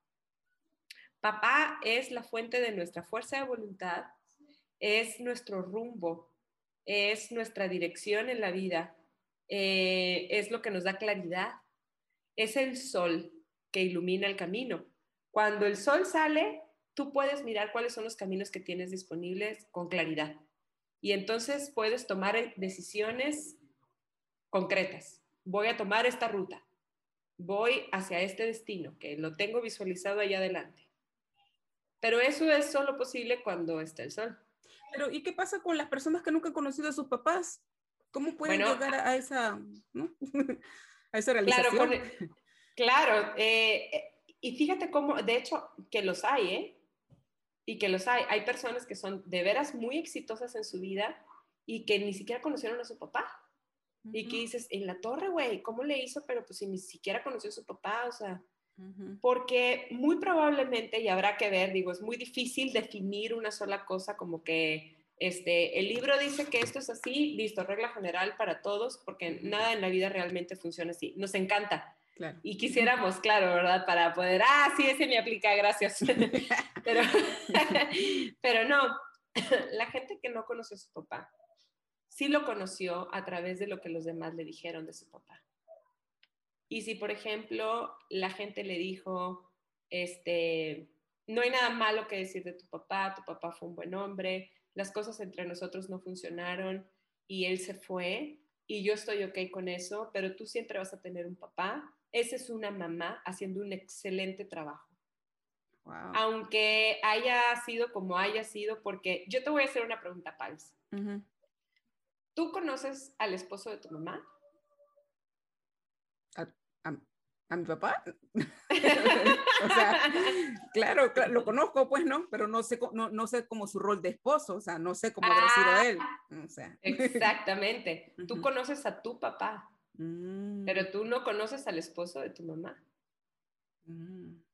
Papá es la fuente de nuestra fuerza de voluntad, es nuestro rumbo, es nuestra dirección en la vida, es lo que nos da claridad, es el sol que ilumina el camino. Cuando el sol sale, tú puedes mirar cuáles son los caminos que tienes disponibles con claridad. Y entonces puedes tomar decisiones concretas. Voy a tomar esta ruta. Voy hacia este destino, que lo tengo visualizado allá adelante. Pero eso es solo posible cuando está el sol.
Pero, ¿y qué pasa con las personas que nunca han conocido a sus papás? ¿Cómo pueden llegar a esa, ¿no? a esa realización?
Claro, y fíjate cómo, de hecho, que los hay, ¿eh? Y que los hay. Hay personas que son de veras muy exitosas en su vida y que ni siquiera conocieron a su papá. Uh-huh. Y que dices, en la torre, güey, ¿cómo le hizo? Pero pues si ni siquiera conoció a su papá, o sea, uh-huh. Porque muy probablemente, y habrá que ver, digo, es muy difícil definir una sola cosa como que el libro dice que esto es así, listo, regla general para todos, porque uh-huh. Nada en la vida realmente funciona así. Nos encanta. Claro. Y quisiéramos, claro, ¿verdad? Para poder, sí, ese me aplica, gracias. pero no, la gente que no conoce a su papá, sí lo conoció a través de lo que los demás le dijeron de su papá. Y si, por ejemplo, la gente le dijo, no hay nada malo que decir de tu papá fue un buen hombre, las cosas entre nosotros no funcionaron y él se fue y yo estoy ok con eso, pero tú siempre vas a tener un papá. Esa es una mamá haciendo un excelente trabajo. Wow. Aunque haya sido como haya sido, porque yo te voy a hacer una pregunta, Pals. Uh-huh. ¿Tú conoces al esposo de tu mamá?
¿A mi papá? O sea, claro, lo conozco, pues, ¿no? Pero no sé como su rol de esposo, o sea, no sé cómo habrá sido él. O sea.
Exactamente. Uh-huh. Tú conoces a tu papá, pero tú no conoces al esposo de tu mamá.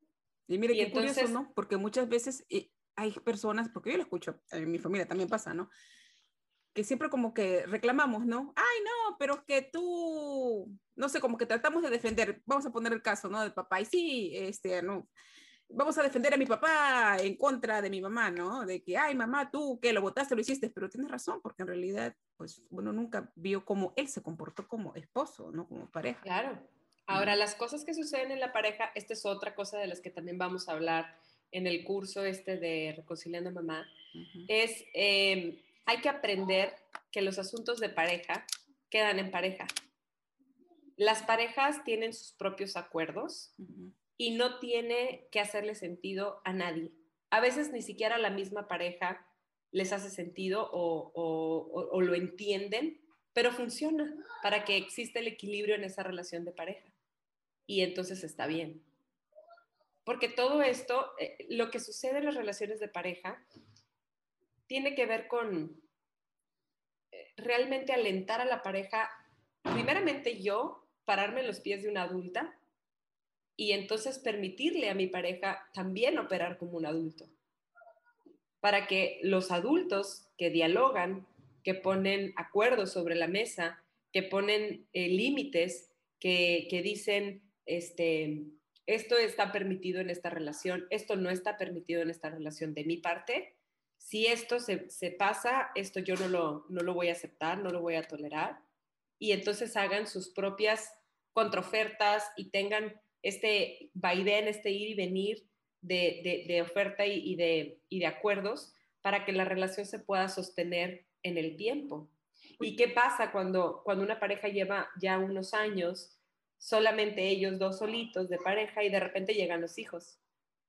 Y mire,
Y
qué
entonces,
curioso, ¿no? Porque muchas veces hay personas, porque yo lo escucho, en mi familia también pasa, ¿no? Que siempre como que reclamamos, ¿no? Ay, no, pero es que tú, no sé, como que tratamos de defender, vamos a poner el caso, ¿no? Del papá, y sí, no, vamos a defender a mi papá en contra de mi mamá, ¿no? De que, ay, mamá, tú que lo votaste, lo hiciste, pero tienes razón, porque en realidad, pues, uno nunca vio cómo él se comportó como esposo, ¿no? Como pareja.
claro. Ahora, las cosas que suceden en la pareja, esta es otra cosa de las que también vamos a hablar en el curso de Reconciliando a Mamá, es hay que aprender que los asuntos de pareja quedan en pareja. Las parejas tienen sus propios acuerdos y no tiene que hacerle sentido a nadie. A veces ni siquiera a la misma pareja les hace sentido o lo entienden, pero funciona para que exista el equilibrio en esa relación de pareja. Y entonces está bien. Porque todo esto, lo que sucede en las relaciones de pareja, tiene que ver con realmente alentar a la pareja, primeramente yo, pararme en los pies de una adulta y entonces permitirle a mi pareja también operar como un adulto. Para que los adultos que dialogan, que ponen acuerdos sobre la mesa, que ponen límites, que dicen, esto está permitido en esta relación, esto no está permitido en esta relación de mi parte. Si esto se pasa, esto yo no lo voy a aceptar, no lo voy a tolerar. Y entonces hagan sus propias contraofertas y tengan este vaivén, este ir y venir de oferta y de acuerdos para que la relación se pueda sostener en el tiempo. ¿Y qué pasa cuando una pareja lleva ya unos años, solamente ellos dos solitos de pareja y de repente llegan los hijos?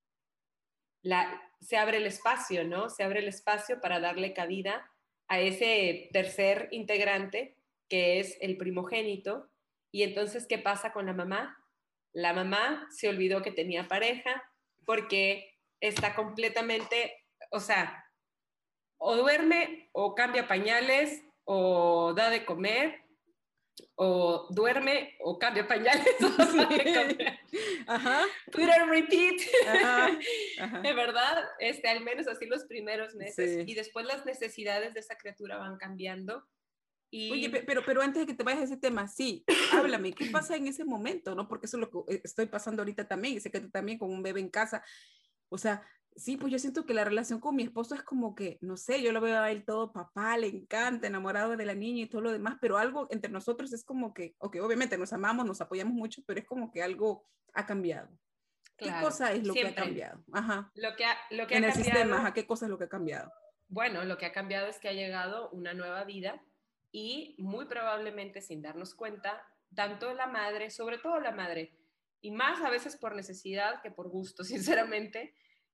Se abre el espacio, ¿no? Se abre el espacio para darle cabida a ese tercer integrante que es el primogénito. Y entonces, ¿qué pasa con la mamá? La mamá se olvidó que tenía pareja porque está completamente, o sea, o duerme o cambia pañales o da de comer o duerme o cambia pañales o da de comer.
Ajá.
Put on repeat.
Ajá. Ajá.
De verdad, al menos así los primeros meses.
Sí.
Y después las necesidades de esa criatura van cambiando. Y...
Oye, pero antes de que te vayas a ese tema, sí, háblame, ¿qué pasa en ese momento? ¿No? Porque eso es lo que estoy pasando ahorita también, y sé que tú también con un bebé en casa. O sea, sí, pues yo siento que la relación con mi esposo es como que, no sé, yo lo veo a él todo papá, le encanta, enamorado de la niña y todo lo demás, pero algo entre nosotros es como que, ok, obviamente nos amamos, nos apoyamos mucho, pero es como que algo ha cambiado.
Claro,
¿qué cosa es lo
siempre.
que ha cambiado? Ajá.
Lo que ha
en
cambiado,
el sistema, ajá, ¿qué cosa es lo que ha cambiado?
Bueno, lo que ha cambiado es que ha llegado una nueva vida y muy probablemente sin darnos cuenta, tanto la madre, sobre todo la madre, y más a veces por necesidad que por gusto, sinceramente,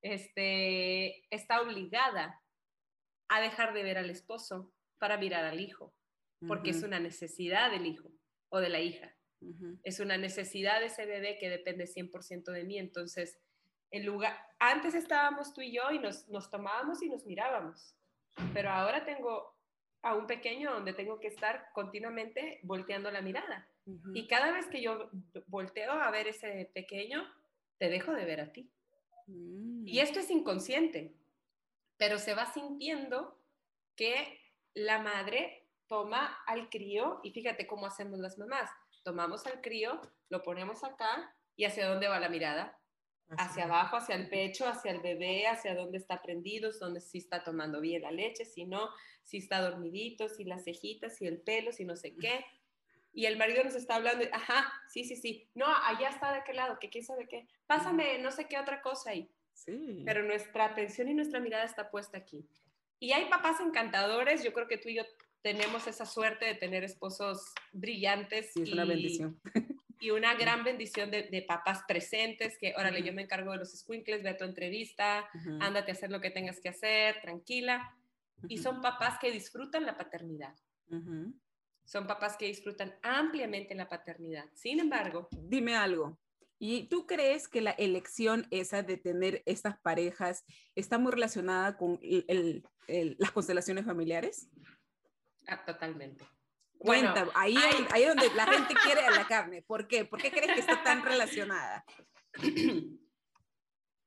está obligada a dejar de ver al esposo para mirar al hijo, porque es una necesidad del hijo o de la hija. Es una necesidad de ese bebé que depende 100% de mí. Entonces, antes estábamos tú y yo y nos tomábamos y nos mirábamos, pero ahora tengo a un pequeño donde tengo que estar continuamente volteando la mirada. Y cada vez que yo volteo a ver ese pequeño, te dejo de ver a ti. Y esto es inconsciente, pero se va sintiendo que la madre toma al crío, y fíjate cómo hacemos las mamás. Tomamos al crío, lo ponemos acá, ¿y hacia dónde va la mirada? Hacia abajo, hacia el pecho, hacia el bebé, hacia dónde está prendido, dónde sí está tomando bien la leche, si no, si está dormidito, si las cejitas, si el pelo, si no sé qué. Y el marido nos está hablando, ajá, sí, no, allá está de aquel lado, que quién sabe qué, pásame no sé qué otra cosa ahí.
Sí.
Pero nuestra atención y nuestra mirada está puesta aquí. Y hay papás encantadores, yo creo que tú y yo tenemos esa suerte de tener esposos brillantes.
Sí, es una bendición.
Y una gran bendición de papás presentes, que órale, yo me encargo de los escuincles, ve a tu entrevista, ándate a hacer lo que tengas que hacer, tranquila. Y son papás que disfrutan la paternidad. Son papás que disfrutan ampliamente la paternidad. Sin embargo...
Dime algo. ¿Y tú crees que la elección esa de tener estas parejas está muy relacionada con las constelaciones familiares?
Totalmente.
Cuenta, bueno, ahí es donde la gente quiere a la carne. ¿Por qué? ¿Por qué crees que está tan relacionada?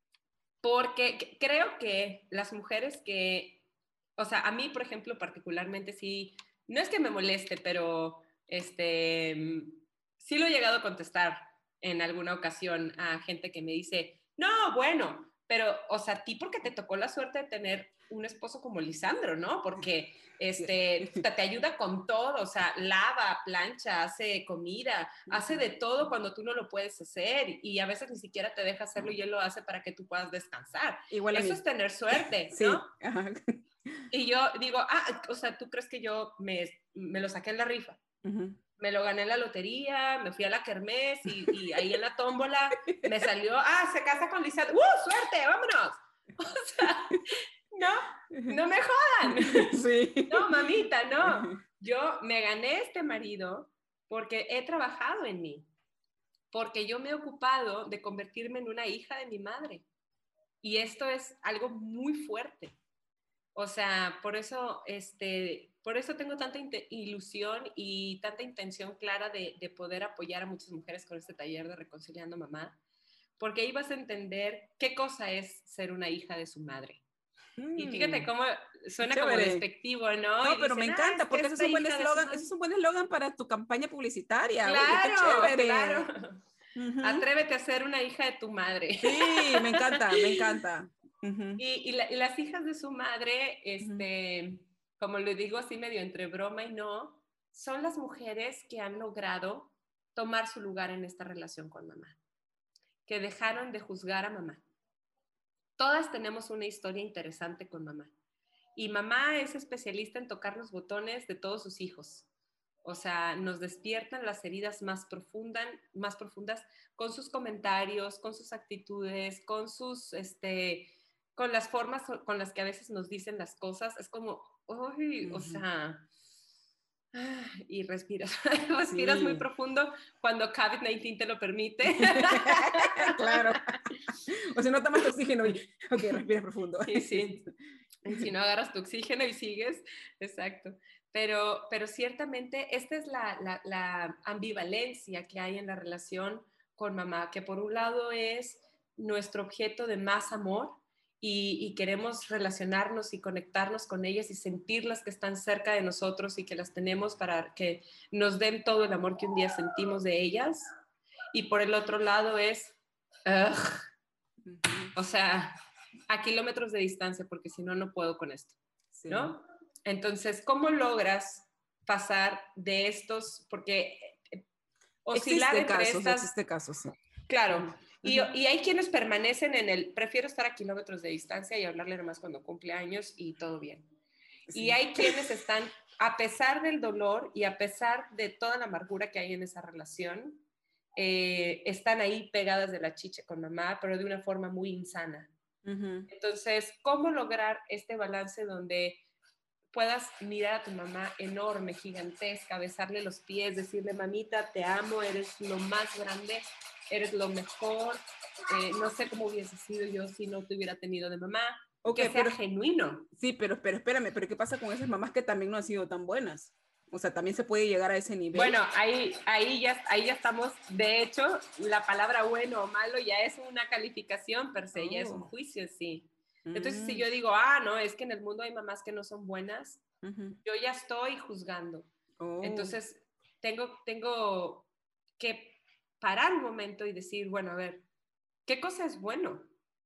Porque creo que las mujeres que, o sea, a mí, por ejemplo, particularmente, sí, no es que me moleste, pero sí lo he llegado a contestar en alguna ocasión a gente que me dice, no, bueno, pero, o sea, a ti porque te tocó la suerte de tener un esposo como Lisandro, ¿no? Porque te ayuda con todo, o sea, lava, plancha, hace comida, hace de todo cuando tú no lo puedes hacer y a veces ni siquiera te deja hacerlo y él lo hace para que tú puedas descansar.
Igual
eso es tener suerte,
sí.
¿no?
Ajá.
Y yo digo, o sea, ¿tú crees que yo me lo saqué en la rifa?
Uh-huh.
Me lo gané en la lotería, me fui a la kermés y ahí en la tómbola me salió, se casa con Lisa, ¡suerte, vámonos! O sea, no me jodan.
Sí.
No, mamita, no. Yo me gané este marido porque he trabajado en mí, porque yo me he ocupado de convertirme en una hija de mi madre. Y esto es algo muy fuerte. O sea, por eso tengo tanta ilusión y tanta intención clara de poder apoyar a muchas mujeres con este taller de Reconciliando Mamá, porque ahí vas a entender qué cosa es ser una hija de su madre. Y fíjate cómo suena como despectivo, ¿no?
No,
y
pero
dicen,
me encanta, porque ese es un buen eslogan para tu campaña publicitaria.
Claro,
Oye, qué chévere.
Claro. Uh-huh. Atrévete a ser una hija de tu madre.
Sí, me encanta, me encanta.
Uh-huh. Y las hijas de su madre, como le digo así medio entre broma y no, son las mujeres que han logrado tomar su lugar en esta relación con mamá, que dejaron de juzgar a mamá. Todas tenemos una historia interesante con mamá. Y mamá es especialista en tocar los botones de todos sus hijos. O sea, nos despiertan las heridas más profundas con sus comentarios, con sus actitudes, con con las formas con las que a veces nos dicen las cosas. Es como, uy, o sea, y respiras
Sí.
muy profundo cuando COVID-19 te lo permite.
Claro. O si no tomas tu oxígeno y, ok, respiras profundo.
Sí. Y si no agarras tu oxígeno y sigues, exacto. Pero ciertamente esta es la ambivalencia que hay en la relación con mamá, que por un lado es nuestro objeto de más amor y queremos relacionarnos y conectarnos con ellas y sentirlas que están cerca de nosotros y que las tenemos para que nos den todo el amor que un día sentimos de ellas. Y por el otro lado es, o sea, a kilómetros de distancia, porque si no, no puedo con esto, sí. ¿No? Entonces, ¿cómo logras pasar de estos? Porque oscilar
existe casos, sí.
Claro, uh-huh. y hay quienes permanecen en el, prefiero estar a kilómetros de distancia y hablarle nomás cuando cumple años y todo bien. Sí. Y hay quienes están, a pesar del dolor y a pesar de toda la amargura que hay en esa relación, están ahí pegadas de la chicha con mamá, pero de una forma muy insana. Uh-huh. Entonces, ¿cómo lograr este balance donde puedas mirar a tu mamá enorme, gigantesca, besarle los pies, decirle, mamita, te amo, eres lo más grande, eres lo mejor, no sé cómo hubiese sido yo si no te hubiera tenido de mamá, que sea genuino.
Sí, pero espérame, ¿pero qué pasa con esas mamás que también no han sido tan buenas? O sea, también se puede llegar a ese nivel.
Bueno, ahí ya estamos. De hecho, la palabra bueno o malo ya es una calificación per se, ya es un juicio, sí. Entonces, si yo digo, no, es que en el mundo hay mamás que no son buenas, yo ya estoy juzgando. Entonces, tengo que parar un momento y decir, bueno, a ver, ¿qué cosa es bueno?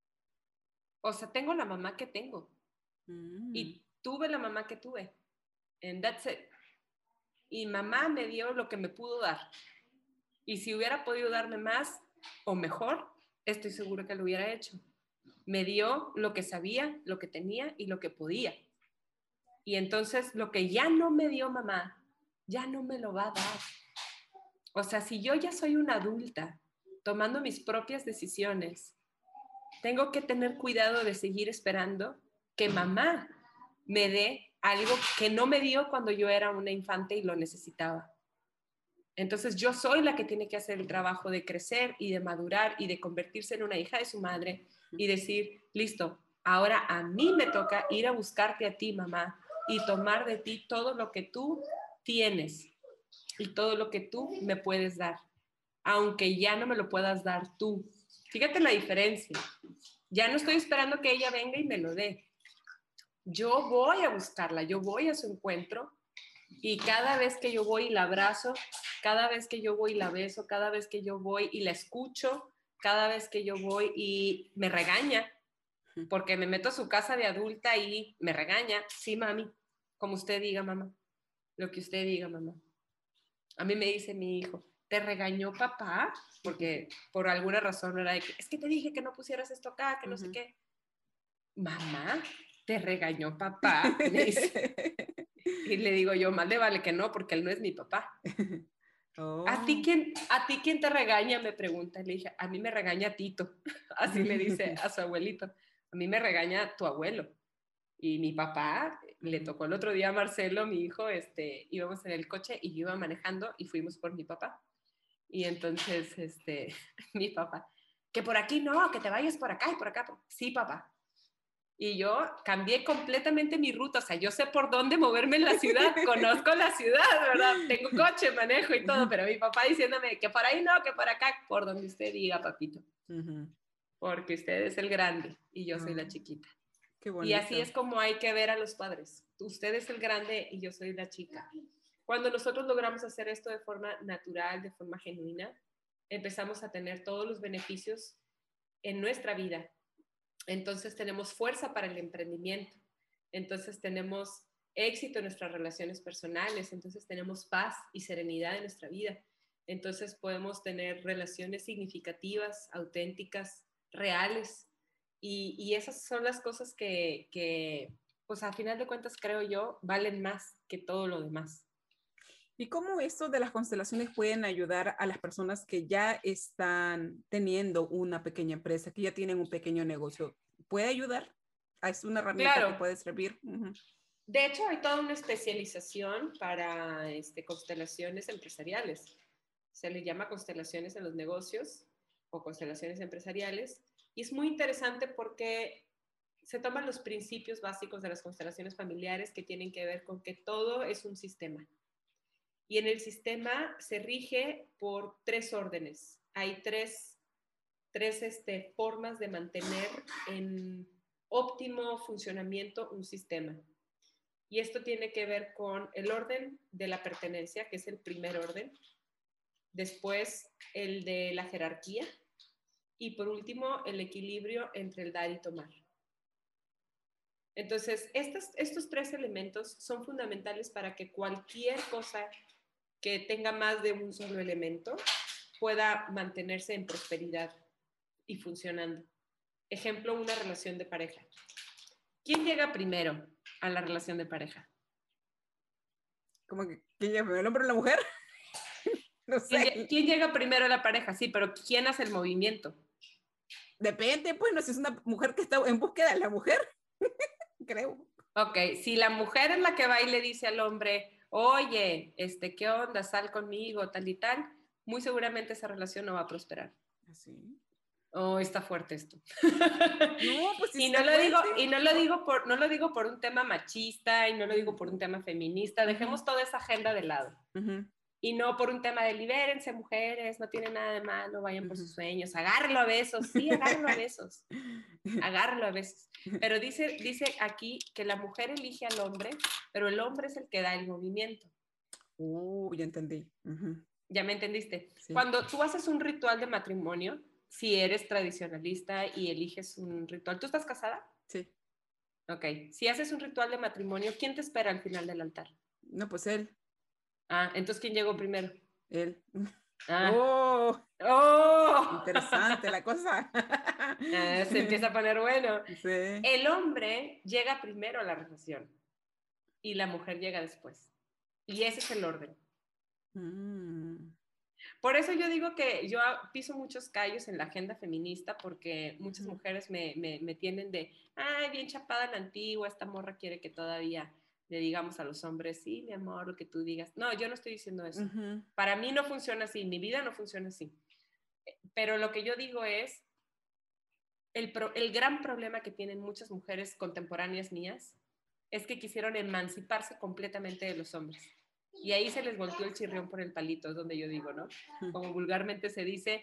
O sea, tengo la mamá que tengo. Y tuve la mamá que tuve. And that's it. Y mamá me dio lo que me pudo dar. Y si hubiera podido darme más o mejor, estoy segura que lo hubiera hecho. Me dio lo que sabía, lo que tenía y lo que podía. Y entonces lo que ya no me dio mamá, ya no me lo va a dar. O sea, si yo ya soy una adulta tomando mis propias decisiones, tengo que tener cuidado de seguir esperando que mamá me dé algo que no me dio cuando yo era una infante y lo necesitaba. Entonces yo soy la que tiene que hacer el trabajo de crecer y de madurar y de convertirse en una hija de su madre y decir, listo, ahora a mí me toca ir a buscarte a ti, mamá, y tomar de ti todo lo que tú tienes y todo lo que tú me puedes dar, aunque ya no me lo puedas dar tú. Fíjate la diferencia. Ya no estoy esperando que ella venga y me lo dé. Yo voy a buscarla, yo voy a su encuentro y cada vez que yo voy y la abrazo, cada vez que yo voy y la beso, cada vez que yo voy y la escucho, cada vez que yo voy y me regaña, porque me meto a su casa de adulta y me regaña. Sí, mami, como usted diga, mamá, lo que usted diga, mamá. A mí me dice mi hijo, ¿te regañó papá? Porque por alguna razón era de que, es que te dije que no pusieras esto acá, que no sé qué. Mamá, ¿te regañó papá? Me dice. Y le digo yo, más le vale que no, porque él no es mi papá.
Oh.
¿A ti quién te regaña? Me pregunta. Le dije, a mí me regaña Tito. Así le dice a su abuelito. A mí me regaña tu abuelo. Y mi papá, le tocó el otro día a Marcelo, mi hijo, íbamos en el coche y yo iba manejando y fuimos por mi papá. Y entonces, mi papá, que por aquí no, que te vayas por acá y por acá. Sí, papá. Y yo cambié completamente mi ruta, o sea, yo sé por dónde moverme en la ciudad, conozco la ciudad, ¿verdad? Tengo coche, manejo y todo, pero mi papá diciéndome que por ahí no, que por acá, por donde usted diga, papito. Porque usted es el grande y yo soy la chiquita.
Qué bonito.
Y así es como hay que ver a los padres. Usted es el grande y yo soy la chica. Cuando nosotros logramos hacer esto de forma natural, de forma genuina, empezamos a tener todos los beneficios en nuestra vida. Entonces tenemos fuerza para el emprendimiento, entonces tenemos éxito en nuestras relaciones personales, entonces tenemos paz y serenidad en nuestra vida, entonces podemos tener relaciones significativas, auténticas, reales, y esas son las cosas que, pues a final de cuentas creo yo, valen más que todo lo demás.
¿Y cómo esto de las constelaciones pueden ayudar a las personas que ya están teniendo una pequeña empresa, que ya tienen un pequeño negocio? ¿Puede ayudar? ¿Es una herramienta que puede servir?
De hecho, hay toda una especialización para constelaciones empresariales. Se le llama constelaciones en los negocios o constelaciones empresariales. Y es muy interesante porque se toman los principios básicos de las constelaciones familiares que tienen que ver con que todo es un sistema. Y en el sistema se rige por 3 órdenes. Hay tres formas de mantener en óptimo funcionamiento un sistema. Y esto tiene que ver con el orden de la pertenencia, que es el primer orden. Después, el de la jerarquía. Y por último, el equilibrio entre el dar y tomar. Entonces, estos 3 elementos son fundamentales para que cualquier cosa que tenga más de un solo elemento pueda mantenerse en prosperidad y funcionando. Ejemplo, una relación de pareja. ¿Quién llega primero a la relación de pareja?
¿Cómo que quién llega primero, el hombre o la mujer? No sé.
¿Quién llega primero a la pareja? Sí, pero ¿quién hace el movimiento?
Depende, pues, no sé si es una mujer que está en búsqueda de la mujer, creo.
Ok, si la mujer es la que va y le dice al hombre, oye, ¿qué onda? Sal conmigo, tal y tal, muy seguramente esa relación no va a prosperar.
¿Así?
Oh, está fuerte esto.
No, pues sí.
Y no lo digo por un tema machista y no lo digo por un tema feminista. Dejemos toda esa agenda de lado. Y no por un tema de libérense, mujeres, no tiene nada de malo, vayan por sus sueños, agárralo a besos, sí, agárralo a besos, agárralo a besos. Pero dice aquí que la mujer elige al hombre, pero el hombre es el que da el movimiento.
Ya entendí.
¿Ya me entendiste?
Sí.
Cuando tú haces un ritual de matrimonio, si eres tradicionalista y eliges un ritual, ¿tú estás casada?
Sí.
Ok, si haces un ritual de matrimonio, ¿quién te espera al final del altar?
No, pues él.
Ah, entonces ¿quién llegó primero?
Él.
Ah.
Interesante la cosa.
Se empieza a poner bueno.
Sí.
El hombre llega primero a la relación y la mujer llega después. Y ese es el orden. Por eso yo digo que yo piso muchos callos en la agenda feminista porque muchas mujeres me tienen de, ay, bien chapada la antigua, esta morra quiere que todavía le digamos a los hombres, sí, mi amor, lo que tú digas. No, yo no estoy diciendo eso. Para mí no funciona así, mi vida no funciona así. Pero lo que yo digo es, el gran problema que tienen muchas mujeres contemporáneas mías es que quisieron emanciparse completamente de los hombres. Y ahí se les volteó el chirrión por el palito, es donde yo digo, ¿no? Como vulgarmente se dice,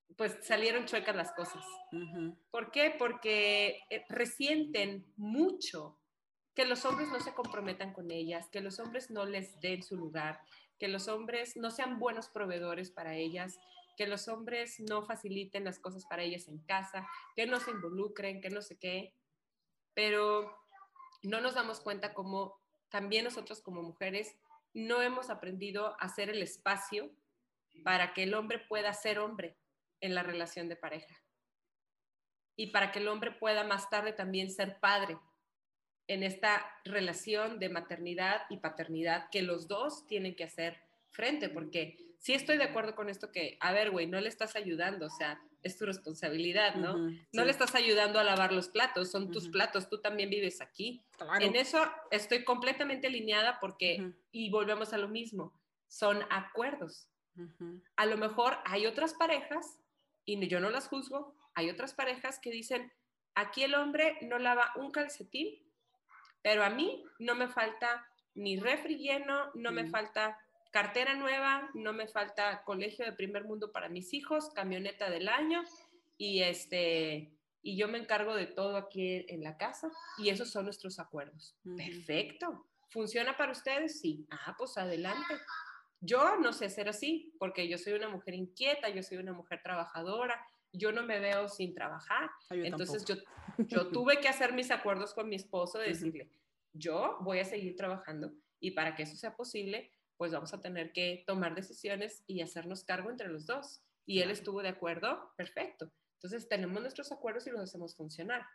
pues salieron chuecas las cosas.
Uh-huh.
¿Por qué? Porque resienten mucho que los hombres no se comprometan con ellas, que los hombres no les den su lugar, que los hombres no sean buenos proveedores para ellas, que los hombres no faciliten las cosas para ellas en casa, que no se involucren, que no sé qué. Pero no nos damos cuenta cómo también nosotros como mujeres no hemos aprendido a hacer el espacio para que el hombre pueda ser hombre en la relación de pareja y para que el hombre pueda más tarde también ser padre en esta relación de maternidad y paternidad que los dos tienen que hacer frente, porque sí estoy de acuerdo con esto que, a ver, güey, no le estás ayudando, o sea, es tu responsabilidad, ¿no?
Uh-huh,
no
sí.
le estás ayudando a lavar los platos, son tus platos, tú también vives aquí.
Claro.
En eso estoy completamente alineada porque,
Uh-huh.
y volvemos a lo mismo, son acuerdos.
Uh-huh.
A lo mejor hay otras parejas, y yo no las juzgo, hay otras parejas que dicen, aquí el hombre no lava un calcetín, pero a mí no me falta ni refri lleno, no me falta cartera nueva, no me falta colegio de primer mundo para mis hijos, camioneta del año, y yo me encargo de todo aquí en la casa, y esos son nuestros acuerdos.
Uh-huh.
Perfecto. ¿Funciona para ustedes? Sí. Ah, pues adelante. Yo no sé ser así, porque yo soy una mujer inquieta, yo soy una mujer trabajadora, yo no me veo sin trabajar. Entonces yo tuve que hacer mis acuerdos con mi esposo de decirle, yo voy a seguir trabajando y para que eso sea posible, pues vamos a tener que tomar decisiones y hacernos cargo entre los dos. Y él estuvo de acuerdo, perfecto. Entonces tenemos nuestros acuerdos y los hacemos funcionar.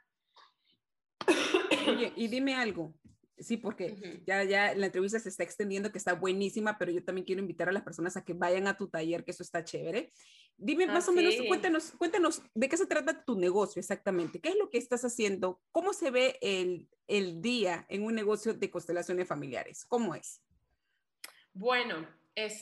Oye, y dime algo. Sí, porque ya la entrevista se está extendiendo, que está buenísima, pero yo también quiero invitar a las personas a que vayan a tu taller, que eso está chévere. Dime más o menos, cuéntanos de qué se trata tu negocio exactamente. ¿Qué es lo que estás haciendo? ¿Cómo se ve el día en un negocio de constelaciones familiares? ¿Cómo es?
Bueno, es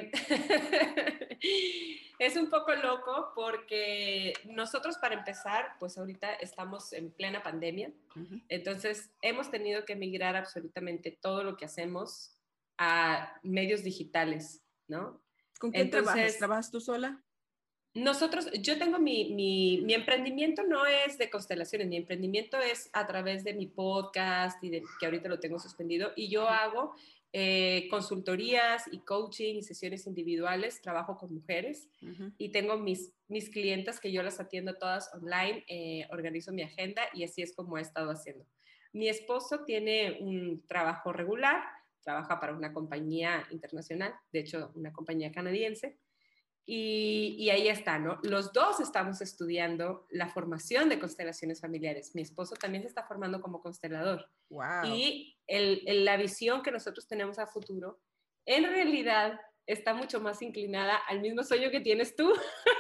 un poco loco porque nosotros, para empezar, pues ahorita estamos en plena pandemia, entonces hemos tenido que migrar absolutamente todo lo que hacemos a medios digitales, ¿no?
¿Con quién trabajas? ¿Trabajas tú sola?
Yo tengo mi emprendimiento no es de constelaciones, mi emprendimiento es a través de mi podcast que ahorita lo tengo suspendido, y yo hago consultorías y coaching y sesiones individuales, trabajo con mujeres y tengo mis clientas que yo las atiendo todas online, organizo mi agenda y así es como he estado haciendo. Mi esposo tiene un trabajo regular, trabaja para una compañía internacional, de hecho una compañía canadiense. Y ahí está, ¿no? Los dos estamos estudiando la formación de constelaciones familiares. Mi esposo también se está formando como constelador.
Wow.
Y la visión que nosotros tenemos a futuro, en realidad, está mucho más inclinada al mismo sueño que tienes tú,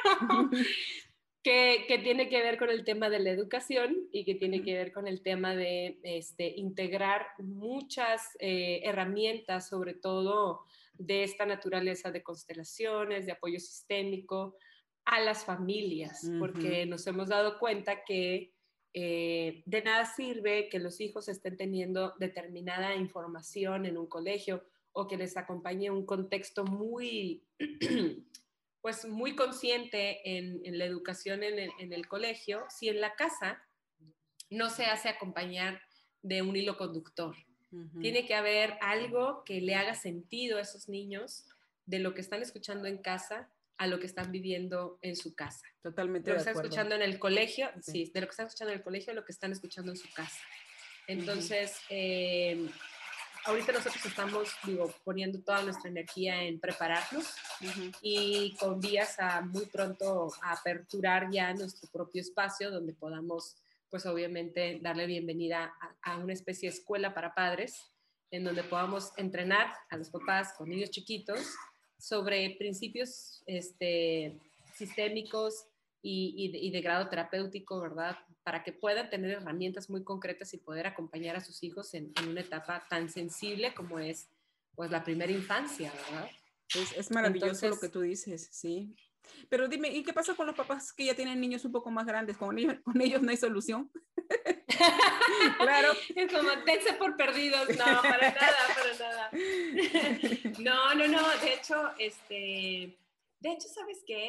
que tiene que ver con el tema de la educación y que tiene que ver con el tema de integrar muchas herramientas, sobre todo de esta naturaleza de constelaciones, de apoyo sistémico a las familias, porque nos hemos dado cuenta que de nada sirve que los hijos estén teniendo determinada información en un colegio o que les acompañe un contexto muy, pues muy consciente en la educación en el colegio, si en la casa no se hace acompañar de un hilo conductor. Tiene que haber algo que le haga sentido a esos niños de lo que están escuchando en casa a lo que están viviendo en su casa.
Totalmente
de lo que
de
están
acuerdo.
Escuchando en el colegio, sí, de lo que están escuchando en el colegio a lo que están escuchando en su casa. Entonces, ahorita nosotros estamos, poniendo toda nuestra energía en prepararnos y con vías a muy pronto a aperturar ya nuestro propio espacio donde podamos, pues obviamente, darle bienvenida a una especie de escuela para padres en donde podamos entrenar a los papás con niños chiquitos sobre principios sistémicos y de grado terapéutico, ¿verdad? Para que puedan tener herramientas muy concretas y poder acompañar a sus hijos en una etapa tan sensible como es, pues, la primera infancia, ¿verdad?
Es maravilloso. Entonces, lo que tú dices, sí. Pero dime, ¿y qué pasa con los papás que ya tienen niños un poco más grandes? ¿Con ellos no hay solución?
Claro. Es como, dense por perdidos. No, para nada. No. De hecho, ¿sabes qué?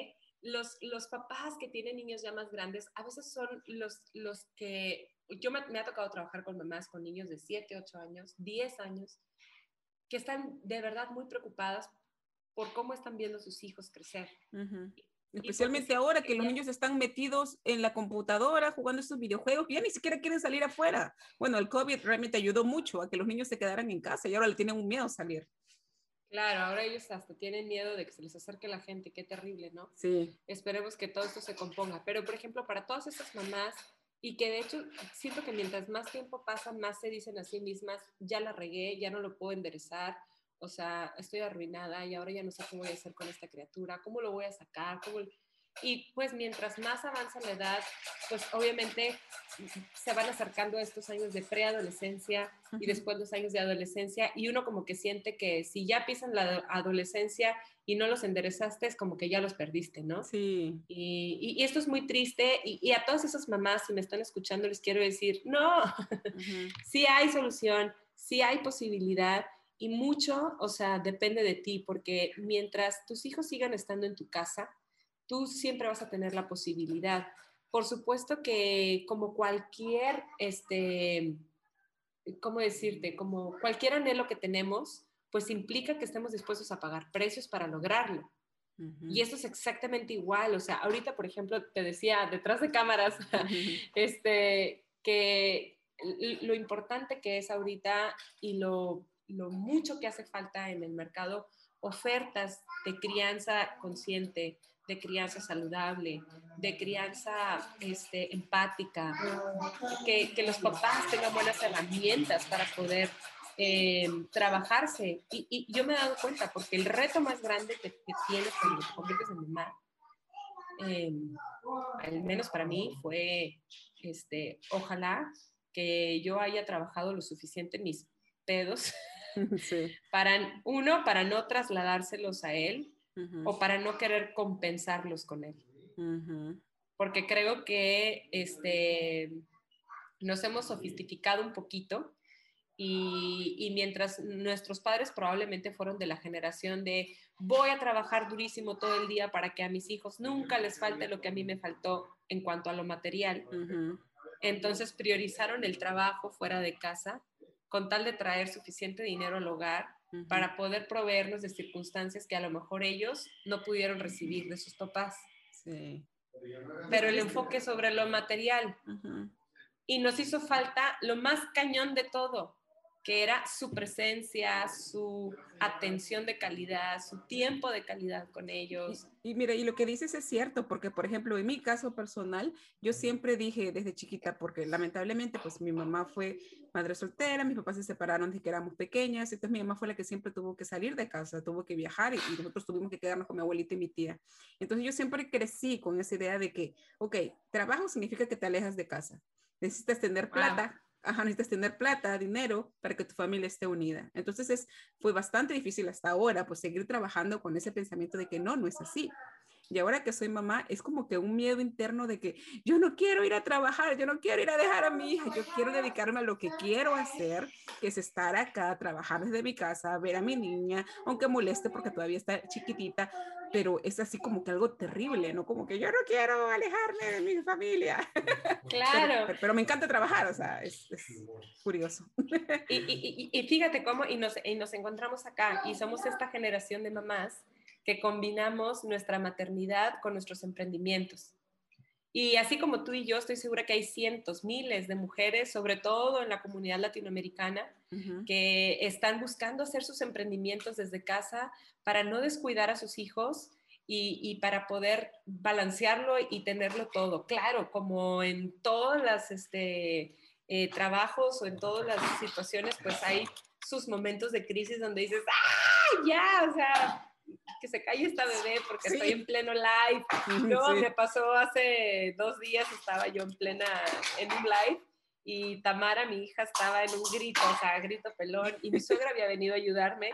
los papás que tienen niños ya más grandes, a veces son los que, me ha tocado trabajar con mamás con niños de 7, 8 años, 10 años, que están de verdad muy preocupadas por cómo están viendo sus hijos crecer.
Especialmente ahora que los niños están metidos en la computadora jugando estos videojuegos que ya ni siquiera quieren salir afuera. Bueno, el COVID realmente ayudó mucho a que los niños se quedaran en casa y ahora le tienen un miedo a salir.
Claro, ahora ellos hasta tienen miedo de que se les acerque la gente, qué terrible, ¿no?
Sí.
Esperemos que todo esto se componga. Pero, por ejemplo, para todas estas mamás, y que de hecho siento que mientras más tiempo pasa, más se dicen a sí mismas, ya la regué, ya no lo puedo enderezar, o sea, estoy arruinada y ahora ya no sé qué voy a hacer con esta criatura, cómo lo voy a sacar, Y pues mientras más avanza la edad, pues obviamente se van acercando estos años de preadolescencia y después los años de adolescencia, y uno como que siente que si ya piensan la adolescencia y no los enderezaste, es como que ya los perdiste, ¿no?
Sí.
Y esto es muy triste, y a todas esas mamás, si me están escuchando, les quiero decir, no, sí hay solución, sí hay posibilidad, y mucho, o sea, depende de ti, porque mientras tus hijos sigan estando en tu casa, tú siempre vas a tener la posibilidad. Por supuesto que como cualquier, ¿cómo decirte? Como cualquier anhelo que tenemos, pues implica que estemos dispuestos a pagar precios para lograrlo. Y esto es exactamente igual. O sea, ahorita, por ejemplo, te decía detrás de cámaras, que lo importante que es ahorita y lo mucho que hace falta en el mercado, ofertas de crianza consciente, de crianza saludable, de crianza empática, que los papás tengan buenas herramientas para poder trabajarse. Y yo me he dado cuenta, porque el reto más grande que tienes cuando te conviertes en mamá, al menos para mí, fue ojalá que yo haya trabajado lo suficiente en mis pedos
Sí.
para no trasladárselos a él, o para no querer compensarlos con él. Porque creo que nos hemos sofistificado un poquito, y mientras nuestros padres probablemente fueron de la generación de voy a trabajar durísimo todo el día para que a mis hijos nunca les falte lo que a mí me faltó en cuanto a lo material, entonces priorizaron el trabajo fuera de casa con tal de traer suficiente dinero al hogar para poder proveernos de circunstancias que a lo mejor ellos no pudieron recibir de sus papás.
Sí.
Pero el enfoque sobre lo material. Y nos hizo falta lo más cañón de todo, que era su presencia, su atención de calidad, su tiempo de calidad con ellos.
Y mira, y lo que dices es cierto, porque por ejemplo, en mi caso personal, yo siempre dije desde chiquita, porque lamentablemente pues mi mamá fue madre soltera, mis papás se separaron desde que éramos pequeñas, entonces mi mamá fue la que siempre tuvo que salir de casa, tuvo que viajar, y nosotros tuvimos que quedarnos con mi abuelita y mi tía. Entonces yo siempre crecí con esa idea de que, ok, trabajo significa que te alejas de casa. Necesitas tener plata, necesitas tener plata, dinero, para que tu familia esté unida. Entonces fue bastante difícil hasta ahora, pues seguir trabajando con ese pensamiento de que no es así. Y ahora que soy mamá, es como que un miedo interno de que yo no quiero ir a trabajar, yo no quiero ir a dejar a mi hija, yo quiero dedicarme a lo que quiero hacer, que es estar acá, trabajar desde mi casa, ver a mi niña, aunque moleste porque todavía está chiquitita, pero es así como que algo terrible, ¿no? Como que yo no quiero alejarme de mi familia.
Claro.
Pero me encanta trabajar, o sea, es curioso.
Y fíjate cómo, y nos encontramos acá, y somos esta generación de mamás que combinamos nuestra maternidad con nuestros emprendimientos. Y así como tú y yo, estoy segura que hay cientos, miles de mujeres, sobre todo en la comunidad latinoamericana, que están buscando hacer sus emprendimientos desde casa para no descuidar a sus hijos y para poder balancearlo y tenerlo todo. Claro, como en todas las trabajos o en todas las situaciones, pues hay sus momentos de crisis donde dices, ¡ah, ya! O sea, que se calle esta bebé porque estoy en pleno live. No, me pasó hace 2 días, estaba yo en un live, y Tamara, mi hija, estaba en un grito, o sea, grito pelón, y mi suegra había venido a ayudarme,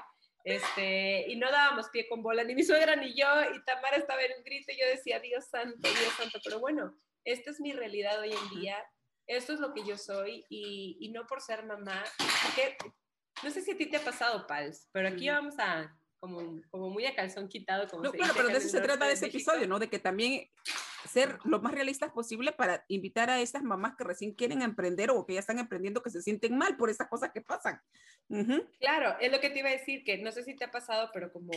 y no dábamos pie con bola, ni mi suegra ni yo, y Tamara estaba en un grito, y yo decía, Dios santo, pero bueno, esta es mi realidad hoy en día, esto es lo que yo soy, y no por ser mamá, que no sé si a ti te ha pasado, Pals, pero aquí vamos a como muy a calzón quitado, como
No,
se
claro,
dice
pero
acá
de
en
eso
el
se
norte
trata
de
de ese
México.
episodio, ¿no? De que también ser lo más realistas posible para invitar a esas mamás que recién quieren emprender o que ya están emprendiendo, que se sienten mal por esas cosas que pasan. Uh-huh.
Claro, es lo que te iba a decir, que no sé si te ha pasado, pero como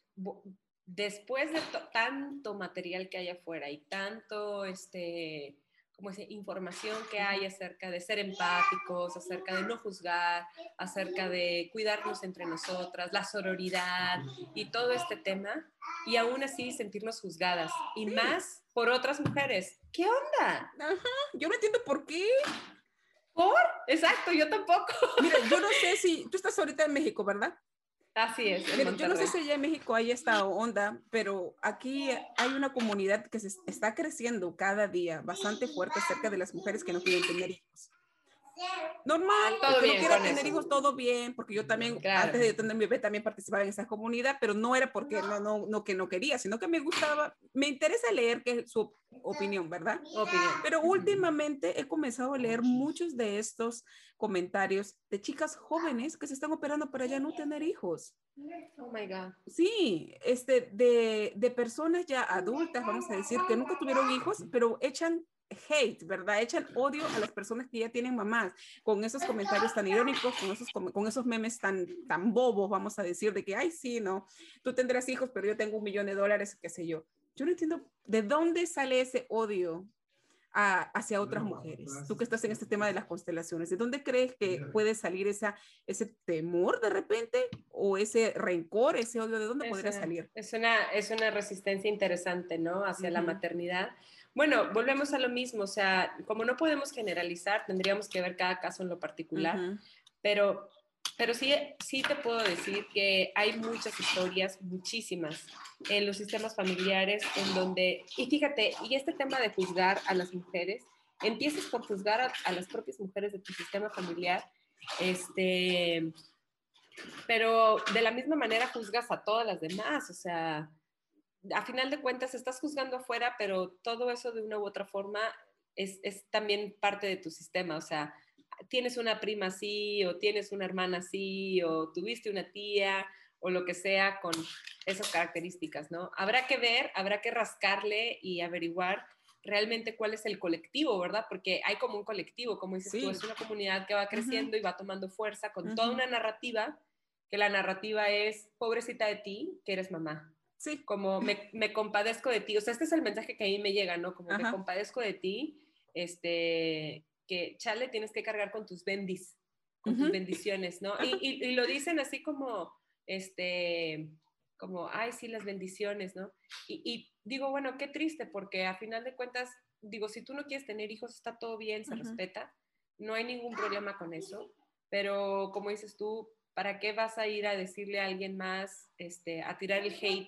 después de tanto material que hay afuera y tanto, como esa información que hay acerca de ser empáticos, acerca de no juzgar, acerca de cuidarnos entre nosotras, la sororidad y todo este tema, y aún así sentirnos juzgadas, y más por otras mujeres. ¿Qué onda?
Ajá, yo no entiendo por qué.
¿Por? Exacto, yo tampoco.
Mira, yo no sé si tú estás ahorita en México, ¿verdad?
Así es, en
Mira, yo no sé
Monterrey.
si allá en México hay esta onda, pero aquí hay una comunidad que se está creciendo cada día bastante fuerte acerca de las mujeres que no quieren tener hijos. Normal, el
Todo
que no
bien
quiera
con
tener
eso.
hijos, todo bien, porque yo también,
Claro.
antes de yo tener mi bebé, también participaba en esa comunidad, pero no era porque que no quería, sino que me gustaba, me interesa leer que es su opinión, ¿verdad?
Opinión.
Pero últimamente he comenzado a leer muchos de estos comentarios de chicas jóvenes que se están operando para ya no tener hijos.
Oh my God.
Sí, de personas ya adultas, vamos a decir, que nunca tuvieron hijos, pero echan hate, ¿verdad? Echan odio a las personas que ya tienen mamás, con esos comentarios tan irónicos, con esos memes tan bobos, vamos a decir, de que, ay, sí, no, tú tendrás hijos, pero yo tengo $1,000,000, qué sé yo. Yo no entiendo de dónde sale ese odio hacia otras mujeres. Tú que estás en este tema de las constelaciones, ¿de dónde crees que puede salir ese temor de repente o ese rencor, ese odio? ¿De dónde podría salir?
Es una resistencia interesante, ¿no? Hacia la maternidad. Bueno, volvemos a lo mismo, o sea, como no podemos generalizar, tendríamos que ver cada caso en lo particular, pero sí te puedo decir que hay muchas historias, muchísimas, en los sistemas familiares en donde, y fíjate, y este tema de juzgar a las mujeres, empiezas por juzgar a las propias mujeres de tu sistema familiar, pero de la misma manera juzgas a todas las demás, o sea, a final de cuentas estás juzgando afuera, pero todo eso de una u otra forma es también parte de tu sistema, o sea, tienes una prima así, o tienes una hermana así, o tuviste una tía, o lo que sea con esas características, ¿no? Habrá que ver, habrá que rascarle y averiguar realmente cuál es el colectivo, ¿verdad? Porque hay como un colectivo, como dices tú, es una comunidad que va creciendo y va tomando fuerza con toda una narrativa, que la narrativa es, pobrecita de ti, que eres mamá.
Sí.
Como me compadezco de ti, o sea, este es el mensaje que a mí me llega, ¿no? Como me compadezco de ti, que chale, tienes que cargar con tus bendis, con tus bendiciones, ¿no? Y lo dicen así como, como, ay, sí, las bendiciones, ¿no? Y digo, bueno, qué triste, porque a final de cuentas, digo, si tú no quieres tener hijos, está todo bien, se respeta, no hay ningún problema con eso, pero como dices tú, ¿para qué vas a ir a decirle a alguien más, a tirar el hate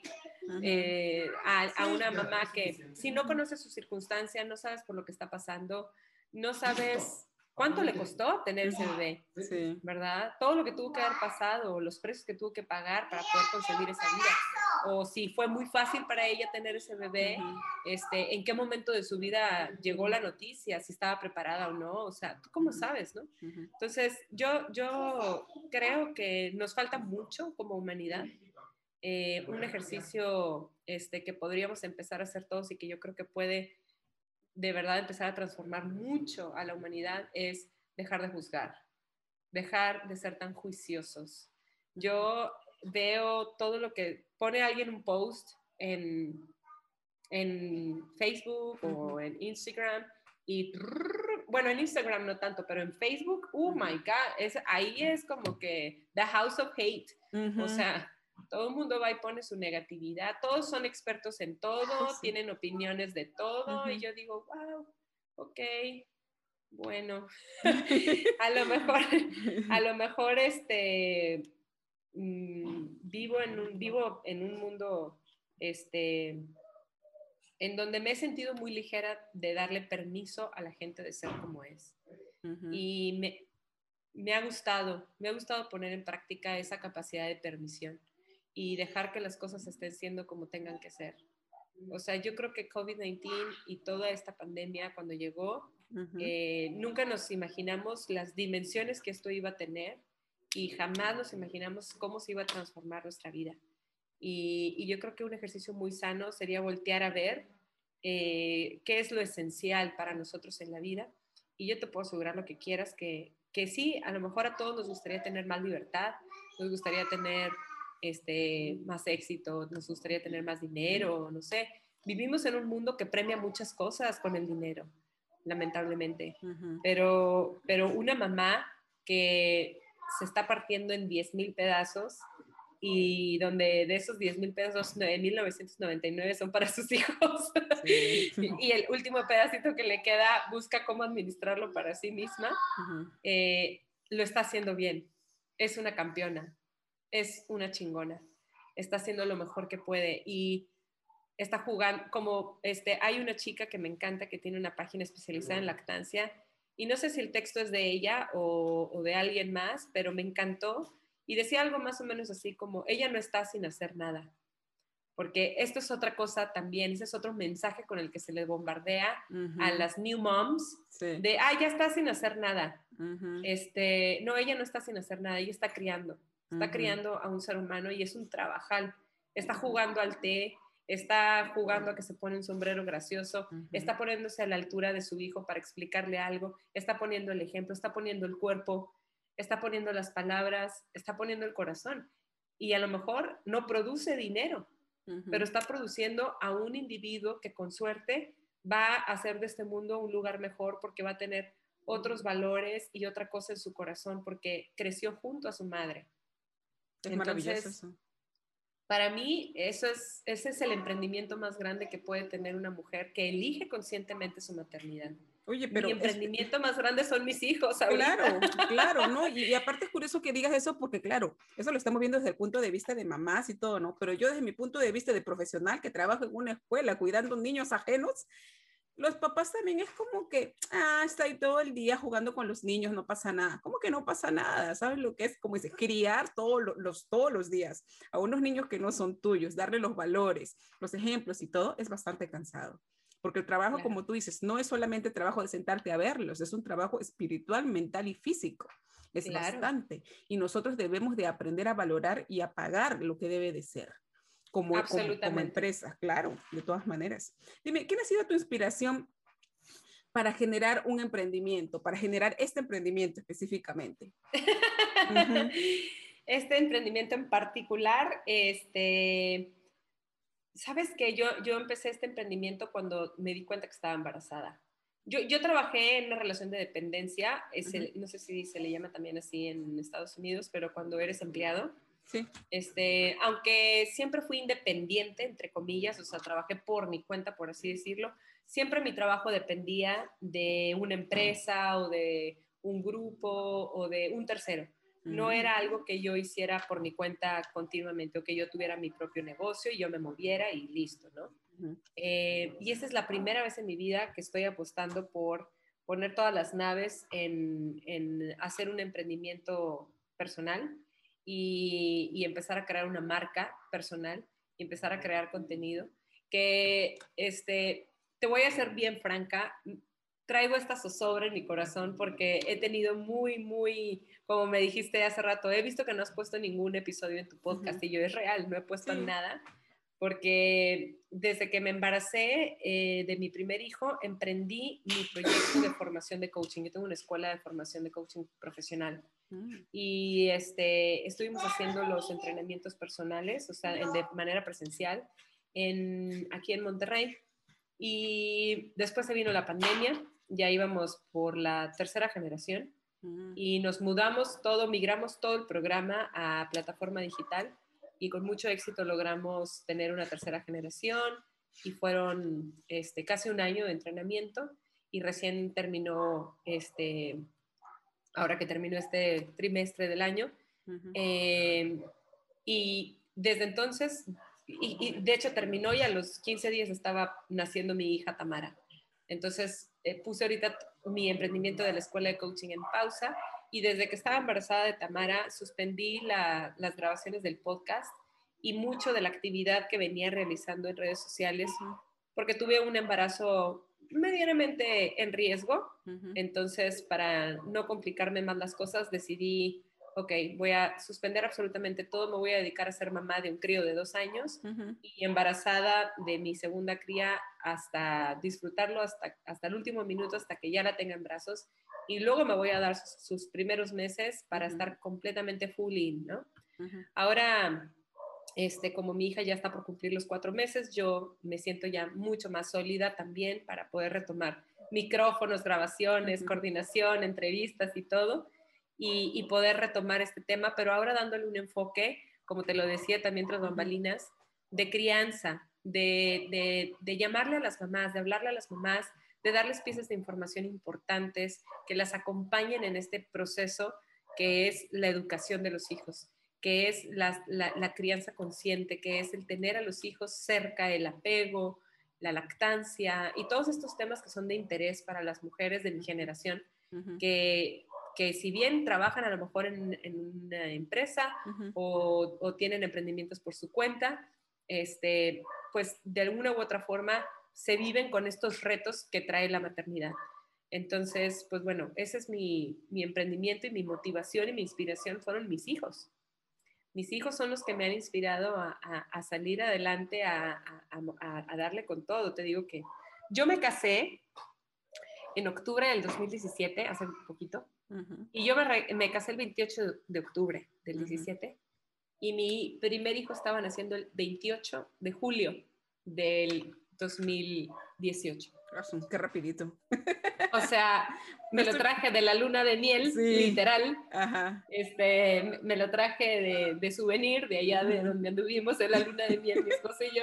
a una mamá que si no conoces su circunstancia, no sabes por lo que está pasando, no sabes cuánto le costó tener ese bebé, ¿verdad? Todo lo que tuvo que haber pasado, los precios que tuvo que pagar para poder concebir esa vida, o si fue muy fácil para ella tener ese bebé, en qué momento de su vida llegó la noticia, si estaba preparada o no, o sea, ¿tú cómo sabes, no? Entonces, yo creo que nos falta mucho como humanidad, un ejercicio que podríamos empezar a hacer todos y que yo creo que puede de verdad empezar a transformar mucho a la humanidad es dejar de juzgar, dejar de ser tan juiciosos. Yo veo todo lo que pone alguien un post en Facebook o en Instagram y bueno, en Instagram no tanto, pero en Facebook, oh my God, ahí es como que the house of hate, o sea, todo el mundo va y pone su negatividad, todos son expertos en todo, tienen opiniones de todo, y yo digo, wow, ok, bueno, a lo mejor vivo en un mundo, en donde me he sentido muy ligera de darle permiso a la gente de ser como es. Y me ha gustado poner en práctica esa capacidad de permisión y dejar que las cosas estén siendo como tengan que ser. O sea, yo creo que COVID-19 y toda esta pandemia cuando llegó, nunca nos imaginamos las dimensiones que esto iba a tener y jamás nos imaginamos cómo se iba a transformar nuestra vida. Y yo creo que un ejercicio muy sano sería voltear a ver qué es lo esencial para nosotros en la vida. Y yo te puedo asegurar lo que quieras, que sí, a lo mejor a todos nos gustaría tener más libertad, nos gustaría tener más éxito, nos gustaría tener más dinero, no sé. Vivimos en un mundo que premia muchas cosas con el dinero, lamentablemente. Pero una mamá que se está partiendo en 10,000 pedazos y donde de esos 10,000 pesos, 9,999 son para sus hijos. Sí. Y el último pedacito que le queda, busca cómo administrarlo para sí misma. Lo está haciendo bien. Es una campeona. Es una chingona. Está haciendo lo mejor que puede. Y está jugando, como hay una chica que me encanta que tiene una página especializada en lactancia. Y no sé si el texto es de ella o de alguien más, pero me encantó. Y decía algo más o menos así como, ella no está sin hacer nada. Porque esto es otra cosa también, ese es otro mensaje con el que se le bombardea a las new moms, de, ya está sin hacer nada. No, ella no está sin hacer nada, ella está criando a un ser humano y es un trabajal. Está jugando al té, está jugando a que se pone un sombrero gracioso, está poniéndose a la altura de su hijo para explicarle algo, está poniendo el ejemplo, está poniendo el cuerpo, está poniendo las palabras, está poniendo el corazón. Y a lo mejor no produce dinero, pero está produciendo a un individuo que con suerte va a hacer de este mundo un lugar mejor porque va a tener otros valores y otra cosa en su corazón porque creció junto a su madre.
Es maravilloso eso.
Para mí, ese es el emprendimiento más grande que puede tener una mujer que elige conscientemente su maternidad.
Oye, pero
mi emprendimiento más grande son mis hijos ahorita.
Claro, ¿no? Y aparte es curioso que digas eso porque, claro, eso lo estamos viendo desde el punto de vista de mamás y todo, ¿no? Pero yo desde mi punto de vista de profesional que trabajo en una escuela cuidando niños ajenos, los papás también es como que, está ahí todo el día jugando con los niños, no pasa nada. ¿Cómo que no pasa nada? ¿Sabes lo que es? Como dice, criar todos los días a unos niños que no son tuyos, darle los valores, los ejemplos y todo, es bastante cansado. Porque el trabajo, claro, como tú dices, no es solamente trabajo de sentarte a verlos, es un trabajo espiritual, mental y físico. Es claro, bastante. Y nosotros debemos de aprender a valorar y a pagar lo que debe de ser. Como empresa, claro, de todas maneras. Dime, ¿quién ha sido tu inspiración para generar un emprendimiento, para generar este emprendimiento específicamente?
Este emprendimiento en particular, sabes que yo empecé este emprendimiento cuando me di cuenta que estaba embarazada. Yo trabajé en una relación de dependencia, no sé si se le llama también así en Estados Unidos, pero cuando eres empleado.
Sí.
Aunque siempre fui independiente, entre comillas, o sea, trabajé por mi cuenta, por así decirlo, siempre mi trabajo dependía de una empresa o de un grupo o de un tercero. No era algo que yo hiciera por mi cuenta continuamente o que yo tuviera mi propio negocio y yo me moviera y listo, ¿no? Y esta es la primera vez en mi vida que estoy apostando por poner todas las naves en hacer un emprendimiento personal y empezar a crear una marca personal y empezar a crear contenido que te voy a ser bien franca, traigo esta zozobra en mi corazón porque he tenido muy, como me dijiste hace rato, he visto que no has puesto ningún episodio en tu podcast y yo es real, no he puesto nada porque desde que me embaracé de mi primer hijo emprendí mi proyecto de formación de coaching. Yo tengo una escuela de formación de coaching profesional y estuvimos haciendo los entrenamientos personales, o sea, de manera presencial aquí en Monterrey. Y después se vino la pandemia, ya íbamos por la tercera generación y nos mudamos migramos todo el programa a plataforma digital y con mucho éxito logramos tener una tercera generación y fueron casi un año de entrenamiento y recién terminó ahora que terminó este trimestre del año y desde entonces y de hecho terminó y a los 15 días estaba naciendo mi hija Tamara. Entonces puse ahorita mi emprendimiento de la escuela de coaching en pausa y desde que estaba embarazada de Tamara suspendí las grabaciones del podcast y mucho de la actividad que venía realizando en redes sociales porque tuve un embarazo medianamente en riesgo. Entonces para no complicarme más las cosas decidí ok, voy a suspender absolutamente todo, me voy a dedicar a ser mamá de un crío de 2 años y embarazada de mi segunda cría hasta disfrutarlo hasta el último minuto, hasta que ya la tenga en brazos, y luego me voy a dar sus primeros meses para estar completamente full in, ¿no? Ahora, como mi hija ya está por cumplir los 4 meses, yo me siento ya mucho más sólida también para poder retomar micrófonos, grabaciones, coordinación, entrevistas y todo, y poder retomar este tema, pero ahora dándole un enfoque, como te lo decía también tras bambalinas, de crianza, de llamarle a las mamás, de hablarle a las mamás, de darles piezas de información importantes que las acompañen en este proceso que es la educación de los hijos, que es la crianza consciente, que es el tener a los hijos cerca, el apego, la lactancia y todos estos temas que son de interés para las mujeres de mi generación, que si bien trabajan a lo mejor en una empresa o tienen emprendimientos por su cuenta, pues de alguna u otra forma se viven con estos retos que trae la maternidad. Entonces, pues bueno, ese es mi emprendimiento, y mi motivación y mi inspiración fueron mis hijos. Mis hijos son los que me han inspirado a salir adelante, a darle con todo. Te digo que yo me casé en octubre del 2017, hace poquito, y yo me casé el 28 de octubre del 17, y mi primer hijo estaba naciendo el 28 de julio del 2018.
Qué rapidito.
O sea, me lo traje de la luna de miel, literal.
Ajá.
Me lo traje de souvenir, de allá de donde anduvimos en la luna de miel, mi esposo y yo.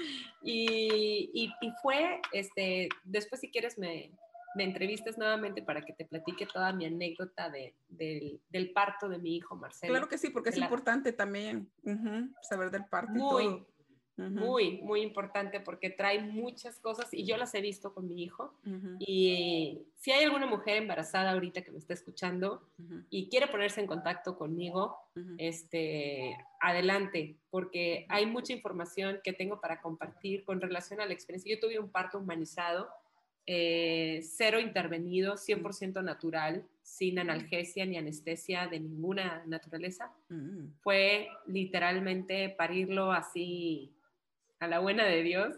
Y fue, después si quieres me entrevistas nuevamente para que te platique toda mi anécdota del parto de mi hijo Marcelo.
Claro que sí, porque es importante también saber del parto y todo.
Muy, muy importante, porque trae muchas cosas y yo las he visto con mi hijo. Y si hay alguna mujer embarazada ahorita que me está escuchando y quiere ponerse en contacto conmigo, adelante, porque hay mucha información que tengo para compartir con relación a la experiencia. Yo tuve un parto humanizado, 0 intervenido, 100% natural, sin analgesia ni anestesia de ninguna naturaleza. Fue literalmente parirlo así a la buena de Dios.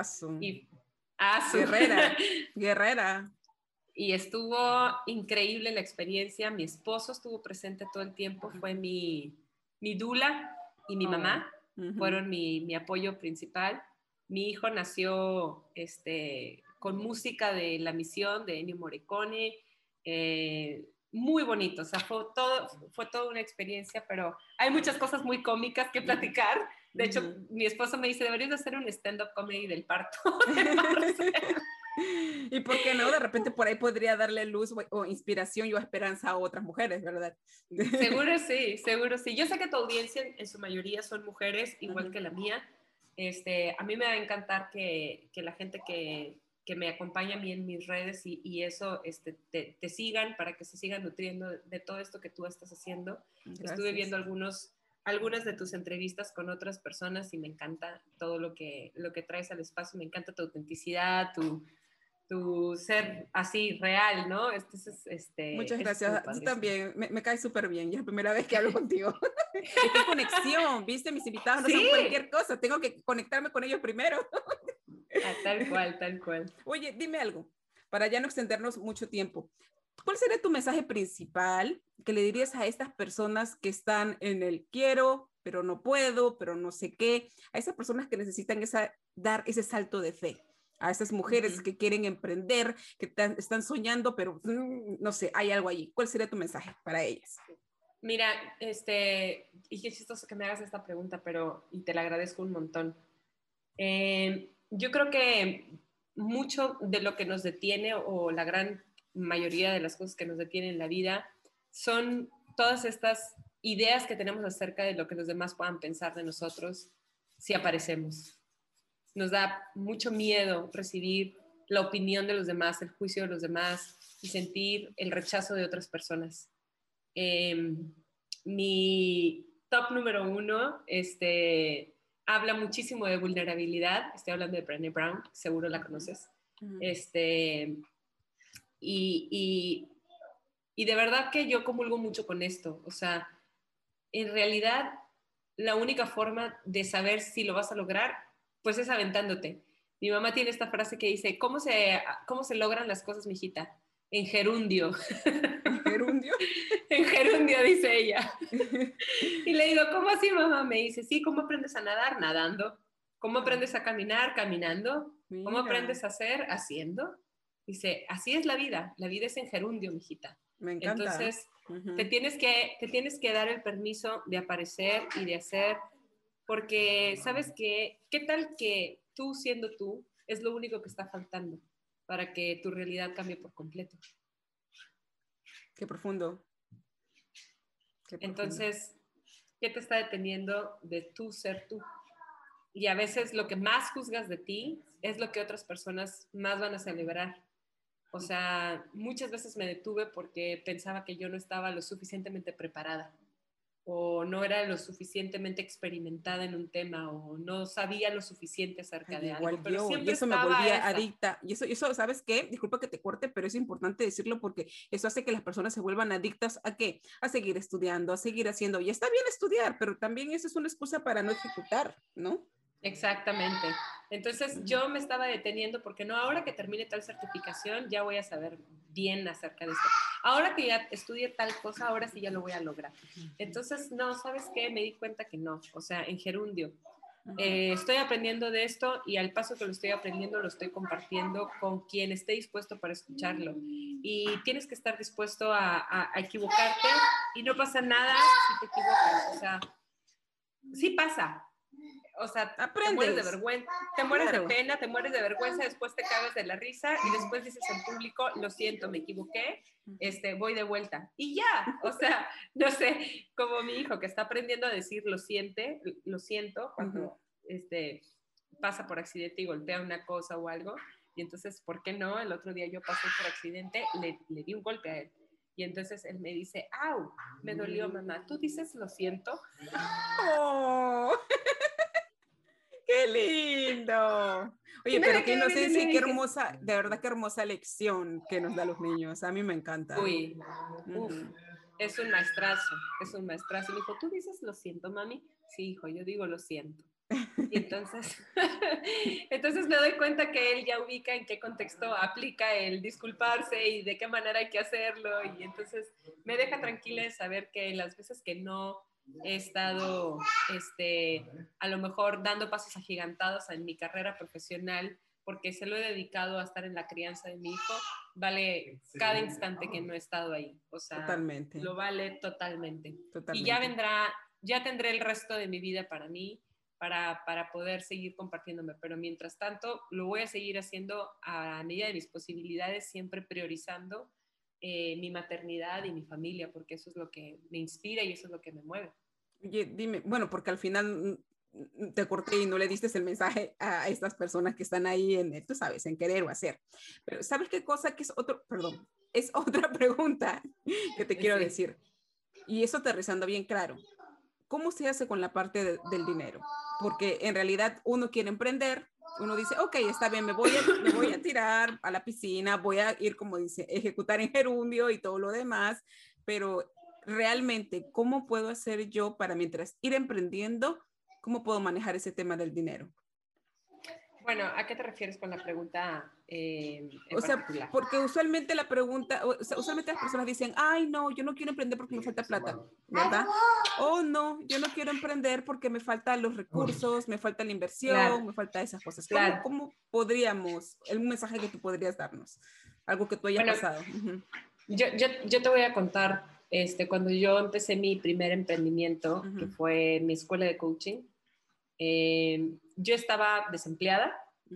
Guerrera.
Y estuvo increíble la experiencia. Mi esposo estuvo presente todo el tiempo, fue mi dula, y mi mamá fueron mi apoyo principal. Mi hijo nació con música de La Misión, de Ennio Morricone, muy bonito, o sea, fue toda una experiencia, pero hay muchas cosas muy cómicas que platicar. De hecho, mi esposo me dice, deberías de hacer un stand-up comedy del parto.
¿Y por qué no? De repente por ahí podría darle luz o inspiración y o esperanza a otras mujeres, ¿verdad?
Seguro sí. Yo sé que tu audiencia en su mayoría son mujeres, igual que la mía. A mí me va a encantar que la gente que me acompaña a mí en mis redes y eso te sigan, para que se sigan nutriendo de todo esto que tú estás haciendo. Gracias. Estuve viendo algunas de tus entrevistas con otras personas y me encanta todo lo que traes al espacio. Me encanta tu autenticidad, tu ser así real, ¿no?
Muchas gracias. Tú también, me caes súper bien. Ya es la primera vez que hablo contigo. Qué conexión, ¿viste? Mis invitados no son cualquier cosa. Tengo que conectarme con ellos primero.
Tal cual.
Oye, dime algo, para ya no extendernos mucho tiempo. ¿Cuál sería tu mensaje principal que le dirías a estas personas que están en el quiero, pero no puedo, pero no sé qué? A esas personas que necesitan dar ese salto de fe. A esas mujeres que quieren emprender, que están soñando, pero no sé, hay algo allí. ¿Cuál sería tu mensaje para ellas?
Mira, y qué chistoso que me hagas esta pregunta, y te la agradezco un montón. Yo creo que mucho de lo que nos detiene, o la gran mayoría de las cosas que nos detienen en la vida, son todas estas ideas que tenemos acerca de lo que los demás puedan pensar de nosotros si aparecemos. Nos da mucho miedo recibir la opinión de los demás, el juicio de los demás y sentir el rechazo de otras personas. Mi top número 1 habla muchísimo de vulnerabilidad. Estoy hablando de Brené Brown, seguro la conoces. Y de verdad que yo comulgo mucho con esto. O sea, en realidad la única forma de saber si lo vas a lograr, pues es aventándote. Mi mamá tiene esta frase que dice, ¿cómo se logran las cosas, mijita? En gerundio.
¿En gerundio?
En gerundio, dice ella. Y le digo, ¿cómo así, mamá? Me dice, sí, ¿cómo aprendes a nadar? Nadando. ¿Cómo aprendes a caminar? Caminando. ¿Cómo
Mira.
aprendes a hacer? Haciendo. Dice, así es la vida es en gerundio, mijita.
Me encanta.
Entonces, te tienes que dar el permiso de aparecer y de hacer, porque, ¿sabes qué? ¿Qué tal que tú siendo tú es lo único que está faltando para que tu realidad cambie por completo?
Qué profundo. Qué profundo.
Entonces, ¿qué te está deteniendo de tú ser tú? Y a veces lo que más juzgas de ti es lo que otras personas más van a celebrar. O sea, muchas veces me detuve porque pensaba que yo no estaba lo suficientemente preparada o no era lo suficientemente experimentada en un tema o no sabía lo suficiente acerca de
igual
algo, pero
yo, y
siempre
eso me
estaba
volvía
esa.
adicta, y eso, ¿sabes qué? Disculpa que te corte, pero es importante decirlo porque eso hace que las personas se vuelvan adictas ¿a qué? A seguir estudiando, a seguir haciendo, y está bien estudiar, pero también eso es una excusa para no ejecutar, ¿no?
Exactamente. Entonces yo me estaba deteniendo porque no, ahora que termine tal certificación ya voy a saber bien acerca de esto. Ahora que ya estudié tal cosa, ahora sí ya lo voy a lograr. Entonces, no, ¿sabes qué? Me di cuenta que no, o sea, en gerundio. Estoy aprendiendo de esto y al paso que lo estoy aprendiendo lo estoy compartiendo con quien esté dispuesto para escucharlo. Y tienes que estar dispuesto a equivocarte y no pasa nada si te equivocas. O sea, sí pasa. O sea,
Aprendes.
te mueres de vergüenza, te mueres
Claro.
de pena, te mueres de vergüenza, después te cagas de la risa y después dices en público, lo siento, me equivoqué, voy de vuelta. Y ya, o sea, no sé, como mi hijo que está aprendiendo a decir lo siento, cuando pasa por accidente y golpea una cosa o algo. Y entonces, ¿por qué no? El otro día yo pasé por accidente, le di un golpe a él. Y entonces él me dice, ¡au! Me dolió, mamá. ¿Tú dices lo siento?
¡Oh! ¡Qué lindo! Oye, pero qué inocencia y qué hermosa, de verdad qué hermosa lección que nos da los niños. A mí me encanta.
Uy, es un maestrazo, es un maestrazo. Y me dijo, ¿tú dices lo siento, mami? Sí, hijo, yo digo lo siento. Y entonces, entonces me doy cuenta que él ya ubica en qué contexto aplica el disculparse y de qué manera hay que hacerlo. Y entonces me deja tranquila de saber que las veces que no he estado a lo mejor dando pasos agigantados en mi carrera profesional porque se lo he dedicado a estar en la crianza de mi hijo, vale cada instante que no he estado ahí. O sea,
totalmente.
Lo vale totalmente.
Totalmente.
Y ya tendré el resto de mi vida para mí, para poder seguir compartiéndome. Pero mientras tanto, lo voy a seguir haciendo a medida de mis posibilidades, siempre priorizando mi maternidad y mi familia, porque eso es lo que me inspira y eso es lo que me mueve.
Oye, dime, bueno, porque al final te corté y no le diste el mensaje a estas personas que están ahí tú sabes, en querer o hacer. Pero ¿sabes qué cosa? Que es es otra pregunta que te quiero decir. Y eso aterrizando bien claro. ¿Cómo se hace con la parte del dinero? Porque en realidad uno quiere emprender, uno dice, ok, está bien, me voy a tirar a la piscina, voy a ir, como dice, ejecutar en gerundio y todo lo demás, pero realmente, ¿cómo puedo hacer yo para mientras ir emprendiendo, cómo puedo manejar ese tema del dinero?
Bueno, ¿a qué te refieres con la pregunta
o sea,
particular?
porque usualmente usualmente las personas dicen, ay, no, yo no quiero emprender porque me falta plata, ¿verdad? O no, yo no quiero emprender porque me faltan los recursos, me falta la inversión,
claro,
me falta esas cosas.
Claro.
¿Cómo podríamos, un mensaje que tú podrías darnos? Algo que tú hayas pasado.
Yo te voy a contar, cuando yo empecé mi primer emprendimiento, que fue mi escuela de coaching, yo estaba desempleada.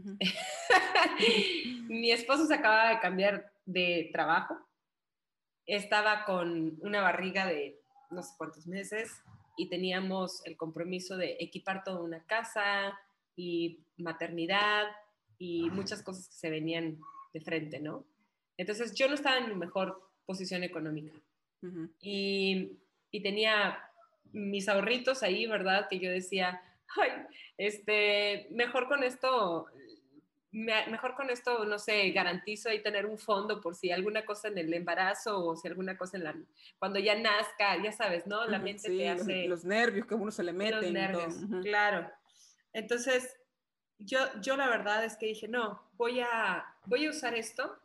Mi esposo se acababa de cambiar de trabajo. Estaba con una barriga de no sé cuántos meses y teníamos el compromiso de equipar toda una casa y maternidad y muchas cosas que se venían de frente, ¿no? Entonces yo no estaba en mi mejor posición económica y tenía mis ahorritos ahí, ¿verdad? Que yo decía, ay, mejor con esto mejor con esto, no sé, garantizo ahí tener un fondo por si alguna cosa en el embarazo o si alguna cosa cuando ya nazca, ya sabes, ¿no? La mente
Sí,
te hace...
los nervios que a uno se le
Los
meten y todo.
nervios, claro. Entonces, yo la verdad es que dije, no, voy a usar esto,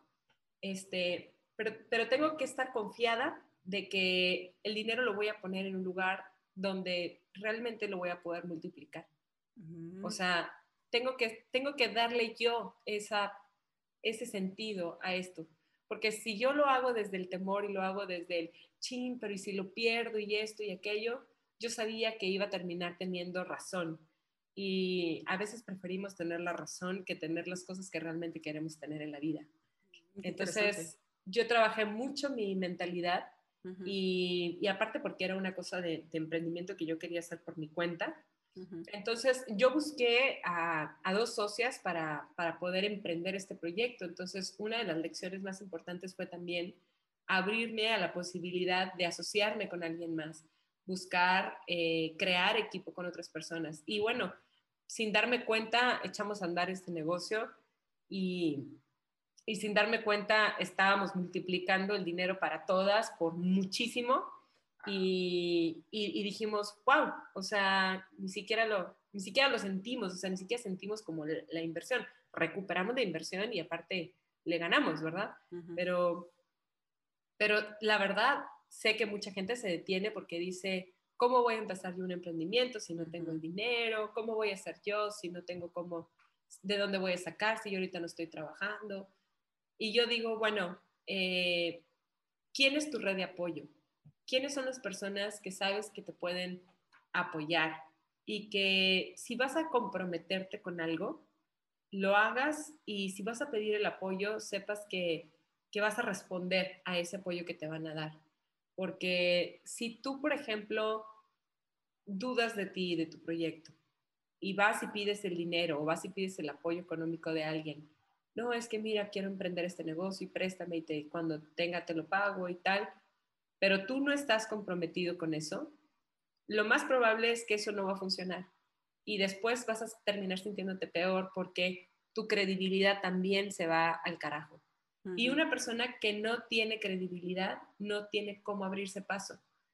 pero tengo que estar confiada de que el dinero lo voy a poner en un lugar donde realmente lo voy a poder multiplicar. O sea, tengo que darle yo ese sentido a esto. Porque si yo lo hago desde el temor y lo hago desde el chin, pero ¿y si lo pierdo y esto y aquello? Yo sabía que iba a terminar teniendo razón. Y a veces preferimos tener la razón que tener las cosas que realmente queremos tener en la vida. Entonces, yo trabajé mucho mi mentalidad y aparte porque era una cosa de emprendimiento que yo quería hacer por mi cuenta. Entonces, yo busqué a 2 socias para poder emprender este proyecto. Entonces, una de las lecciones más importantes fue también abrirme a la posibilidad de asociarme con alguien más, buscar crear equipo con otras personas. Y bueno, sin darme cuenta, echamos a andar este negocio y sin darme cuenta estábamos multiplicando el dinero para todas por muchísimo. Y dijimos, wow, o sea, ni siquiera lo sentimos, o sea, ni siquiera sentimos como la inversión. Recuperamos la inversión y aparte le ganamos, ¿verdad? Pero la verdad, sé que mucha gente se detiene porque dice, ¿cómo voy a empezar yo un emprendimiento si no tengo el dinero? ¿Cómo voy a hacer yo si no tengo de dónde voy a sacar si yo ahorita no estoy trabajando? Y yo digo, bueno, ¿quién es tu red de apoyo? ¿Quiénes son las personas que sabes que te pueden apoyar? Y que si vas a comprometerte con algo, lo hagas y si vas a pedir el apoyo, sepas que vas a responder a ese apoyo que te van a dar. Porque si tú, por ejemplo, dudas de ti y de tu proyecto y vas y pides el dinero o vas y pides el apoyo económico de alguien, no, es que mira, quiero emprender este negocio y préstame y cuando tenga te lo pago y tal, pero tú no estás comprometido con eso, lo más probable es que eso no va a funcionar. Y después vas a terminar sintiéndote peor porque tu credibilidad también se va al carajo. Y una persona que no tiene credibilidad no tiene cómo abrirse paso.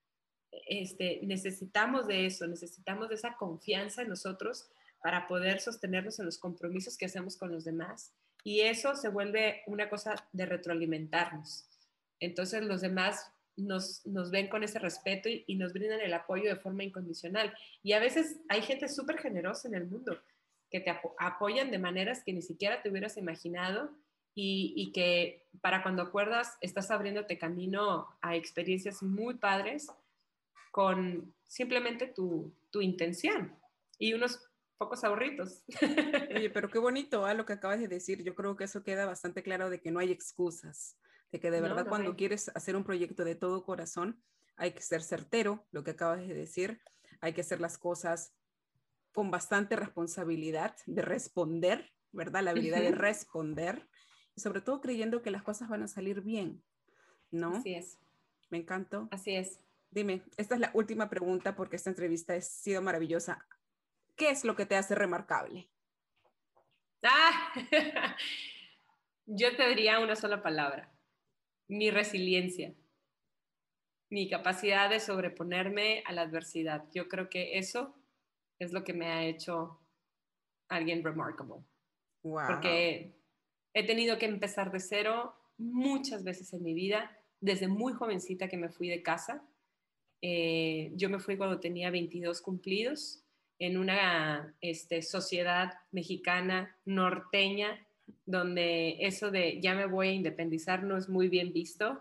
Necesitamos de eso, necesitamos de esa confianza en nosotros para poder sostenernos en los compromisos que hacemos con los demás. Y eso se vuelve una cosa de retroalimentarnos. Entonces los demás nos ven con ese respeto y nos brindan el apoyo de forma incondicional. Y a veces hay gente súper generosa en el mundo que te apoyan de maneras que ni siquiera te hubieras imaginado y que para cuando acuerdas estás abriéndote camino a experiencias muy padres con simplemente tu intención y unos pocos ahorritos.
Oye, pero qué bonito lo que acabas de decir. Yo creo que eso queda bastante claro de que no hay excusas, de que de verdad cuando quieres hacer un proyecto de todo corazón, hay que ser certero, lo que acabas de decir, hay que hacer las cosas con bastante responsabilidad de responder, ¿verdad? La habilidad de responder, y sobre todo creyendo que las cosas van a salir bien, ¿no?
Así es.
Me encantó.
Así es.
Dime, esta es la última pregunta porque esta entrevista ha sido maravillosa. ¿Qué es lo que te hace remarcable?
Yo te diría una sola palabra: mi resiliencia, mi capacidad de sobreponerme a la adversidad. Yo creo que eso es lo que me ha hecho alguien remarkable.
Wow.
Porque he tenido que empezar de cero muchas veces en mi vida, desde muy jovencita que me fui de casa. Yo me fui cuando tenía 22 cumplidos en una sociedad mexicana norteña donde eso de ya me voy a independizar no es muy bien visto.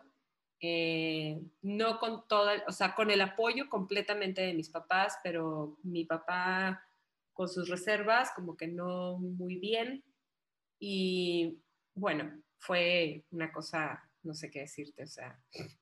No con toda, o sea, con el apoyo completamente de mis papás, pero mi papá con sus reservas como que no muy bien. Y bueno, fue una cosa, no sé qué decirte, o sea,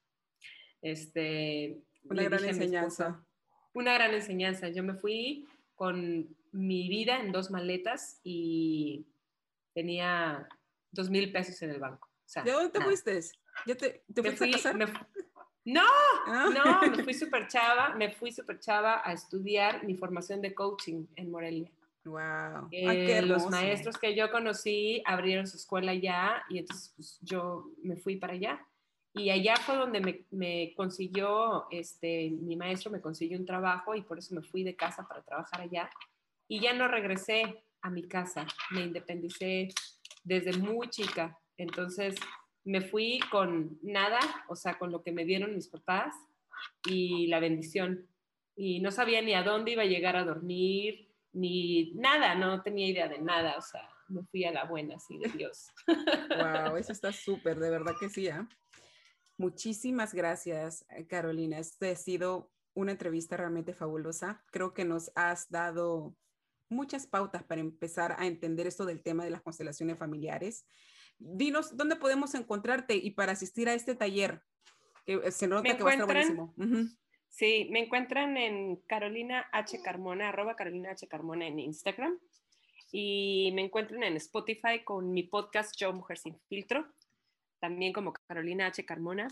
una gran enseñanza.
Una gran enseñanza. Yo me fui con mi vida en 2 maletas y tenía 2,000 pesos en el banco. O sea,
¿de dónde te fuiste? ¿Ya te fuiste a casar?
No, me fui súper chava a estudiar mi formación de coaching en Morelia.
Wow. Ay, qué
Los
hermoso.
maestros que yo conocí abrieron su escuela allá y entonces pues, yo me fui para allá. Y allá fue donde me consiguió, mi maestro me consiguió un trabajo y por eso me fui de casa para trabajar allá. Y ya no regresé a mi casa, me independicé desde muy chica. Entonces me fui con nada, o sea, con lo que me dieron mis papás y la bendición. Y no sabía ni a dónde iba a llegar a dormir, ni nada, no tenía idea de nada, o sea, me fui a la buena, así de Dios.
Wow, eso está súper, de verdad que sí, ¿eh? Muchísimas gracias, Carolina. Esta ha sido una entrevista realmente fabulosa. Creo que nos has dado muchas pautas para empezar a entender esto del tema de las constelaciones familiares. Dinos dónde podemos encontrarte y para asistir a este taller, que se nota que va a estar buenísimo.
Sí, me encuentran en Carolina H. Carmona, @ Carolina H. Carmona en Instagram. Y me encuentran en Spotify con mi podcast Yo, Mujer Sin Filtro. También como Carolina H. Carmona.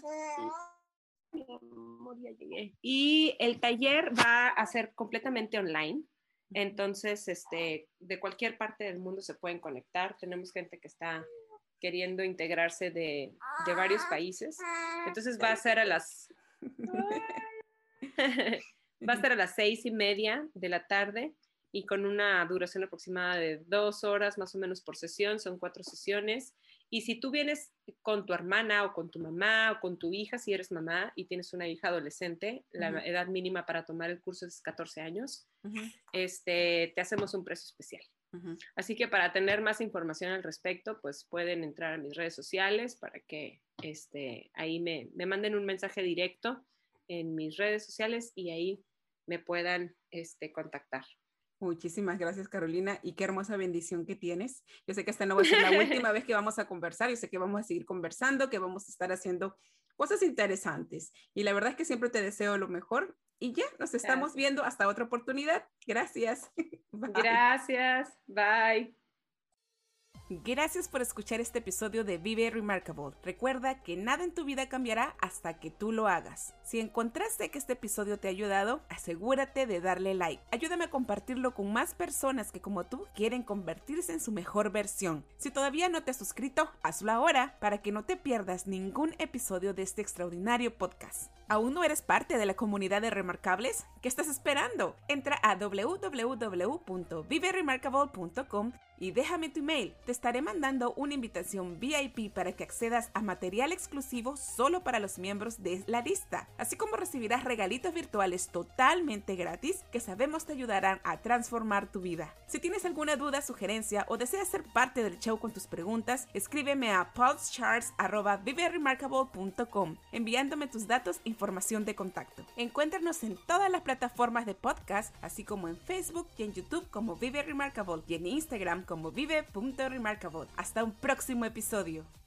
Y el taller va a ser completamente online. Entonces, de cualquier parte del mundo se pueden conectar. Tenemos gente que está queriendo integrarse de varios países. Entonces va a ser a las 6:30 de la tarde y con una duración aproximada de 2 horas más o menos por sesión. Son 4 sesiones. Y si tú vienes con tu hermana o con tu mamá o con tu hija, si eres mamá y tienes una hija adolescente, la edad mínima para tomar el curso es 14 años, te hacemos un precio especial. Así que para tener más información al respecto, pues pueden entrar a mis redes sociales para que ahí me manden un mensaje directo en mis redes sociales y ahí me puedan contactar.
Muchísimas gracias, Carolina, y qué hermosa bendición que tienes. Yo sé que esta no va a ser la última vez que vamos a conversar, yo sé que vamos a seguir conversando, que vamos a estar haciendo cosas interesantes, y la verdad es que siempre te deseo lo mejor, y ya, nos estamos viendo hasta otra oportunidad. Gracias. Bye.
Gracias, bye.
Gracias por escuchar este episodio de Vive Remarkable. Recuerda que nada en tu vida cambiará hasta que tú lo hagas. Si encontraste que este episodio te ha ayudado, asegúrate de darle like. Ayúdame a compartirlo con más personas que como tú quieren convertirse en su mejor versión. Si todavía no te has suscrito, hazlo ahora para que no te pierdas ningún episodio de este extraordinario podcast. ¿Aún no eres parte de la comunidad de Remarkables? ¿Qué estás esperando? Entra a www.viveremarkable.com y déjame tu email. Te estaré mandando una invitación VIP para que accedas a material exclusivo solo para los miembros de la lista, así como recibirás regalitos virtuales totalmente gratis que sabemos te ayudarán a transformar tu vida. Si tienes alguna duda, sugerencia o deseas ser parte del show con tus preguntas, escríbeme a pulsecharts@viveremarkable.com enviándome tus datos e información de contacto. Encuéntranos en todas las plataformas de podcast, así como en Facebook y en YouTube como Vive Remarkable y en Instagram como vive.remarkable. Hasta un próximo episodio.